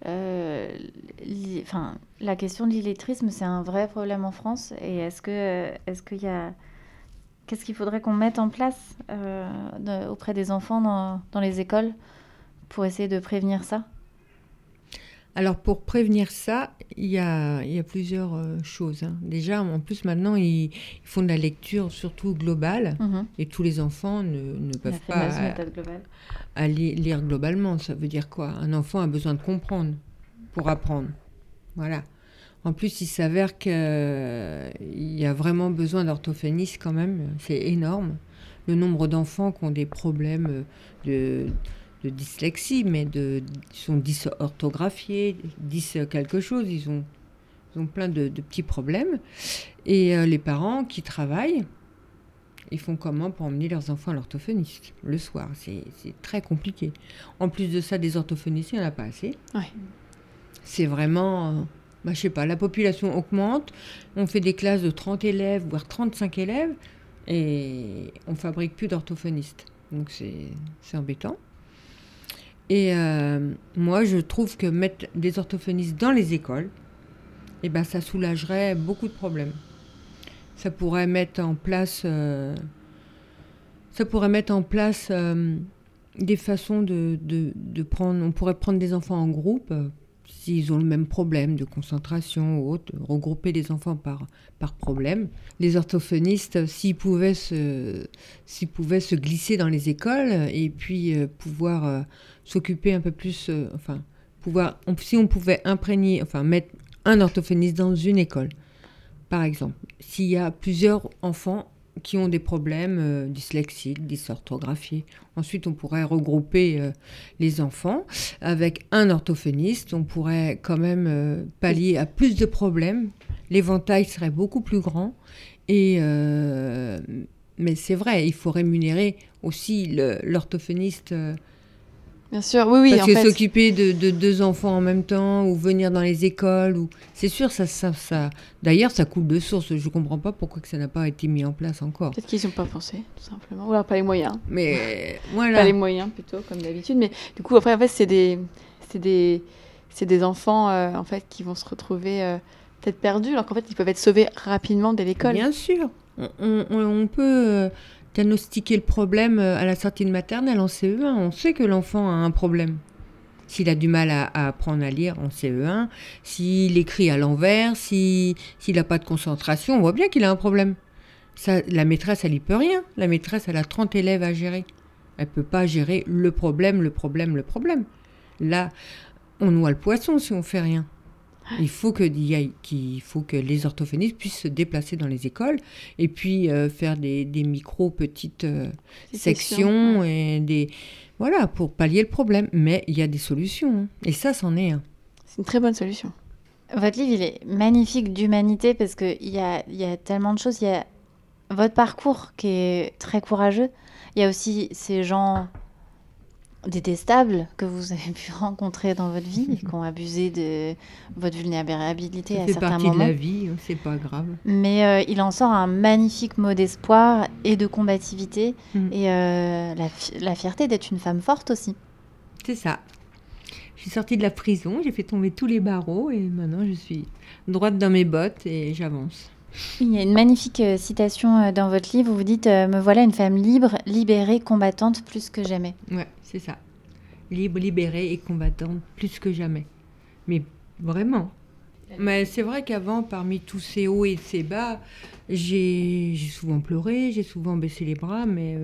question de l'illettrisme, c'est un vrai problème en France. Et est-ce qu'il y a... Qu'est-ce qu'il faudrait qu'on mette en place auprès des enfants dans les écoles pour essayer de prévenir ça ? Alors, pour prévenir ça, il y a plusieurs choses. Hein. Déjà, en plus, maintenant, ils font de la lecture surtout globale. Et tous les enfants ne peuvent pas lire globalement. Ça veut dire quoi ? Un enfant a besoin de comprendre pour apprendre. Voilà. En plus, il s'avère qu'il y a vraiment besoin d'orthophonistes quand même. C'est énorme. Le nombre d'enfants qui ont des problèmes de dyslexie, mais ils sont dysorthographiés, quelque chose. Ils ont plein de petits problèmes. Et les parents qui travaillent, ils font comment pour emmener leurs enfants à l'orthophoniste le soir ? C'est très compliqué. En plus de ça, des orthophonistes, il n'y en a pas assez. Ouais. C'est vraiment... je sais pas, la population augmente, on fait des classes de 30 élèves, voire 35 élèves, et on fabrique plus d'orthophonistes. Donc c'est embêtant. Et moi, je trouve que mettre des orthophonistes dans les écoles, ça soulagerait beaucoup de problèmes. Ça pourrait mettre en place des façons de prendre... On pourrait prendre des enfants en groupe, s'ils ont le même problème de concentration ou autre, regrouper les enfants par problème. Les orthophonistes, s'ils pouvaient se glisser dans les écoles et puis pouvoir s'occuper un peu plus, si on pouvait mettre un orthophoniste dans une école, par exemple, s'il y a plusieurs enfants qui ont des problèmes dyslexiques, dysorthographiés. Ensuite, on pourrait regrouper les enfants avec un orthophoniste. On pourrait quand même pallier à plus de problèmes. L'éventail serait beaucoup plus grand. Mais c'est vrai, il faut rémunérer aussi l'orthophoniste. Bien sûr, oui. Parce que s'occuper de deux enfants en même temps, ou venir dans les écoles, c'est sûr, ça. D'ailleurs, ça coule de source. Je ne comprends pas pourquoi que ça n'a pas été mis en place encore. Peut-être qu'ils n'y ont pas pensé, tout simplement. Ou alors pas les moyens. Mais voilà. Pas les moyens, plutôt, comme d'habitude. Mais du coup, après, c'est des enfants, en fait, qui vont se retrouver peut-être perdus, alors qu'en fait, ils peuvent être sauvés rapidement dès l'école. Bien sûr. On peut... diagnostiquer le problème à la sortie de maternelle en CE1. On sait que l'enfant a un problème. S'il a du mal à apprendre à lire en CE1, s'il écrit à l'envers, s'il n'a pas de concentration, on voit bien qu'il a un problème. Ça, la maîtresse, elle n'y peut rien. La maîtresse, elle a 30 élèves à gérer. Elle ne peut pas gérer le problème. Là, on noie le poisson si on ne fait rien. Il faut que les orthophonistes puissent se déplacer dans les écoles et puis faire des petites sections et pour pallier le problème. Mais il y a des solutions, hein. Et ça, c'en est un. C'est une très bonne solution. Votre livre, il est magnifique d'humanité parce qu'il y a tellement de choses. Il y a votre parcours qui est très courageux. Il y a aussi ces gens détestables que vous avez pu rencontrer dans votre vie, qui ont abusé de votre vulnérabilité à certains moments. Ça fait partie de la vie, c'est pas grave. Mais il en sort un magnifique mot d'espoir et de combativité et la fierté d'être une femme forte aussi. C'est ça. Je suis sortie de la prison, j'ai fait tomber tous les barreaux et maintenant je suis droite dans mes bottes et j'avance. Il y a une magnifique citation dans votre livre où vous dites « Me voilà une femme libre, libérée, combattante plus que jamais ». Ouais, c'est ça. Libre, libérée et combattante plus que jamais. Mais vraiment. Mais c'est vrai qu'avant, parmi tous ces hauts et ces bas, j'ai souvent pleuré, j'ai souvent baissé les bras, mais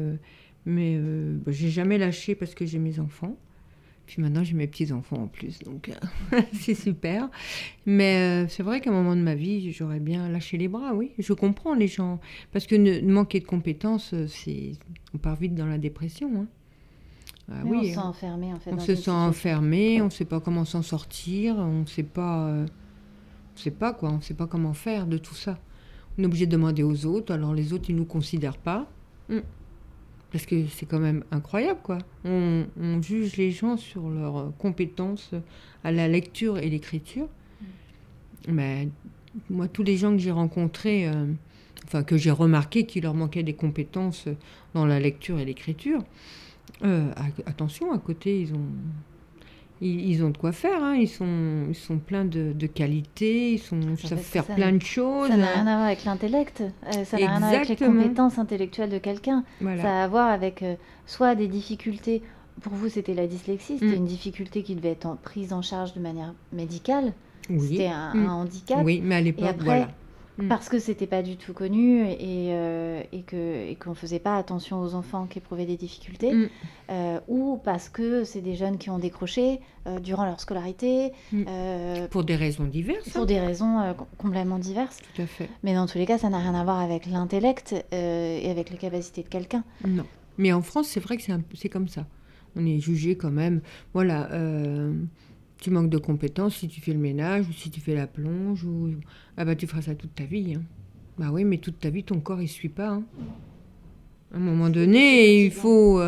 j'ai jamais lâché parce que j'ai mes enfants. Puis maintenant, j'ai mes petits-enfants en plus, donc c'est super. Mais c'est vrai qu'à un moment de ma vie, j'aurais bien lâché les bras, oui. Je comprends les gens. Parce que manquer de compétences, on part vite dans la dépression. Hein. Ah, Oui, on oui, se sent enfermé, en fait. on dans se une sent situation. enfermé, on ne sait pas comment s'en sortir, on ne sait pas, on ne sait pas comment faire de tout ça. On est obligé de demander aux autres, alors les autres, ils ne nous considèrent pas. Parce que c'est quand même incroyable, quoi. On juge les gens sur leurs compétences à la lecture et l'écriture. Mais moi, tous les gens que j'ai rencontrés, que j'ai remarqué qu'il leur manquait des compétences dans la lecture et l'écriture, attention, à côté, ils ont de quoi faire, hein. Ils sont pleins de qualités, ils savent faire plein de choses. Ça n'a rien à voir avec l'intellect, ça n'a rien à voir avec les Exactement. compétences intellectuelles de quelqu'un. Voilà. Ça a à voir avec soit des difficultés. Pour vous, c'était la dyslexie, c'était une difficulté qui devait être prise en charge de manière médicale. Oui. C'était un handicap. Oui, mais à l'époque, Et après, voilà. parce que c'était pas du tout connu et qu'on faisait pas attention aux enfants qui éprouvaient des difficultés, ou parce que c'est des jeunes qui ont décroché durant leur scolarité. Pour des raisons diverses. Pour des raisons complètement diverses. Tout à fait. Mais dans tous les cas, ça n'a rien à voir avec l'intellect et avec les capacités de quelqu'un. Non. Mais en France, c'est vrai que c'est comme ça. On est jugé quand même. Voilà, tu manques de compétences si tu fais le ménage ou si tu fais la plonge. Tu feras ça toute ta vie. Hein. Bah oui, mais toute ta vie, ton corps, il ne suit pas. Hein. À un moment donné, il faut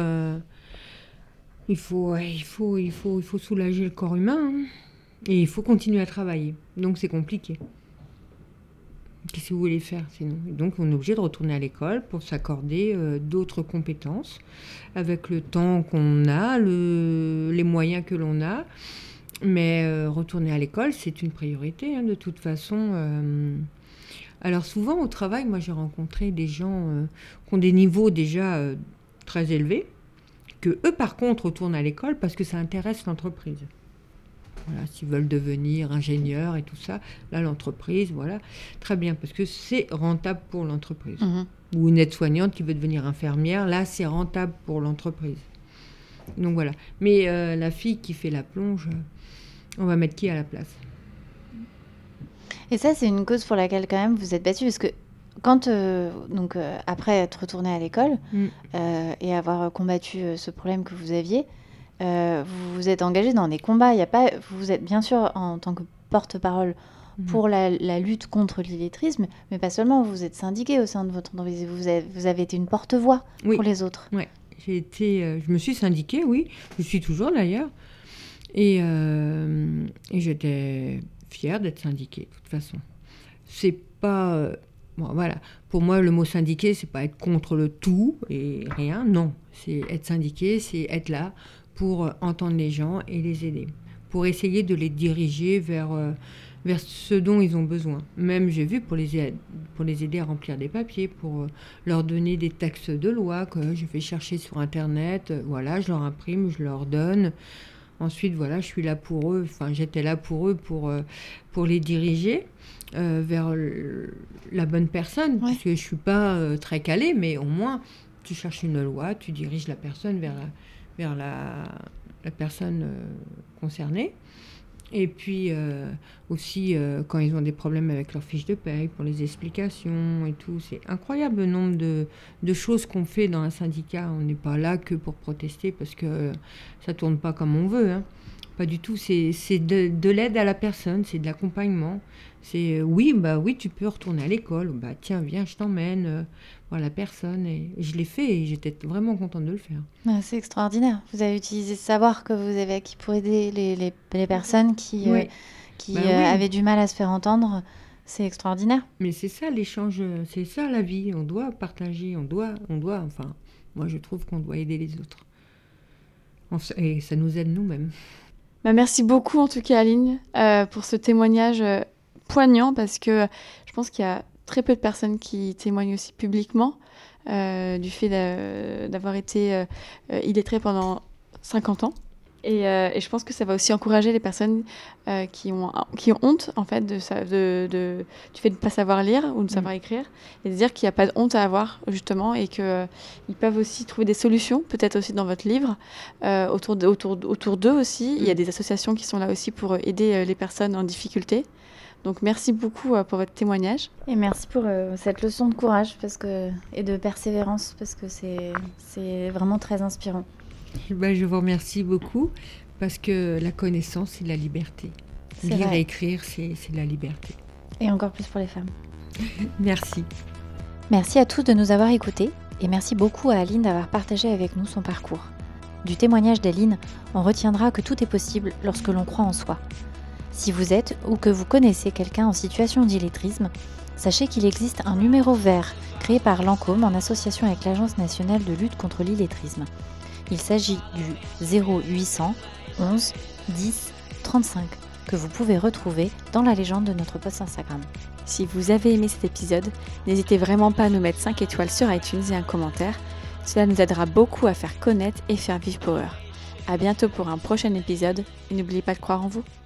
soulager le corps humain. Hein. Et il faut continuer à travailler. Donc, c'est compliqué. Qu'est-ce que vous voulez faire sinon ? Donc, on est obligé de retourner à l'école pour s'accorder d'autres compétences avec le temps qu'on a, les moyens que l'on a. Mais retourner à l'école, c'est une priorité, hein, de toute façon. Alors, souvent, au travail, moi, j'ai rencontré des gens qui ont des niveaux déjà très élevés, que eux, par contre, retournent à l'école parce que ça intéresse l'entreprise. Voilà, s'ils veulent devenir ingénieurs et tout ça, là, l'entreprise, voilà, très bien, parce que c'est rentable pour l'entreprise. Ou une aide-soignante qui veut devenir infirmière, là, c'est rentable pour l'entreprise. Donc voilà. Mais la fille qui fait la plonge, on va mettre qui à la place ? Et ça, c'est une cause pour laquelle, quand même, vous êtes battue, parce que quand, après être retournée à l'école et avoir combattu ce problème que vous aviez, vous vous êtes engagée dans des combats. Vous êtes bien sûr en tant que porte-parole pour la lutte contre l'illettrisme, mais pas seulement. Vous êtes syndiquée au sein de votre entreprise. Vous avez été une porte-voix pour les autres. Oui, je me suis syndiquée, oui. Je suis toujours d'ailleurs. Et j'étais fière d'être syndiquée, de toute façon. C'est pas... voilà. Pour moi, le mot syndiqué, c'est pas être contre le tout et rien. Non, c'est être syndiqué, c'est être là pour entendre les gens et les aider, pour essayer de les diriger vers ce dont ils ont besoin. Même, j'ai vu, pour les aider à remplir des papiers, pour leur donner des textes de loi que je vais chercher sur Internet. Voilà, je leur imprime, je leur donne. Ensuite, voilà, je suis là pour eux, j'étais là pour eux, pour les diriger vers la bonne personne, parce que je ne suis pas très calée, mais au moins, tu cherches une loi, tu diriges la personne vers la personne concernée. Et puis aussi, quand ils ont des problèmes avec leur fiche de paye, pour les explications et tout, c'est incroyable le nombre de choses qu'on fait dans un syndicat. On n'est pas là que pour protester parce que ça ne tourne pas comme on veut. Hein. Pas du tout, c'est de l'aide à la personne, c'est de l'accompagnement. C'est oui, tu peux retourner à l'école, tiens, viens, je t'emmène voir la personne. Et je l'ai fait et j'étais vraiment contente de le faire. C'est extraordinaire. Vous avez utilisé ce savoir que vous avez acquis pour aider les personnes qui avaient du mal à se faire entendre. C'est extraordinaire. Mais c'est ça l'échange, c'est ça la vie. On doit partager, on doit. Enfin, moi je trouve qu'on doit aider les autres. Et ça nous aide nous-mêmes. Merci beaucoup en tout cas Aline pour ce témoignage poignant, parce que je pense qu'il y a très peu de personnes qui témoignent aussi publiquement du fait d'avoir été illettrées pendant 50 ans. Et je pense que ça va aussi encourager les personnes qui ont honte en fait du fait de ne pas savoir lire ou de savoir écrire, et de dire qu'il n'y a pas de honte à avoir justement, et qu'ils peuvent aussi trouver des solutions, peut-être aussi dans votre livre, autour d'eux aussi. Il y a des associations qui sont là aussi pour aider les personnes en difficulté. Donc merci beaucoup pour votre témoignage. Et merci pour cette leçon de courage et de persévérance, parce que c'est vraiment très inspirant. Je vous remercie beaucoup parce que la connaissance, c'est la liberté. Lire et écrire, c'est la liberté. Et encore plus pour les femmes. Merci. Merci à tous de nous avoir écoutés et merci beaucoup à Aline d'avoir partagé avec nous son parcours. Du témoignage d'Aline, on retiendra que tout est possible lorsque l'on croit en soi. Si vous êtes ou que vous connaissez quelqu'un en situation d'illettrisme, sachez qu'il existe un numéro vert créé par l'ANCOM en association avec l'Agence nationale de lutte contre l'illettrisme. Il s'agit du 0800 11 10 35 que vous pouvez retrouver dans la légende de notre post Instagram. Si vous avez aimé cet épisode, n'hésitez vraiment pas à nous mettre 5 étoiles sur iTunes et un commentaire. Cela nous aidera beaucoup à faire connaître et faire vivre Power. À bientôt pour un prochain épisode et n'oubliez pas de croire en vous.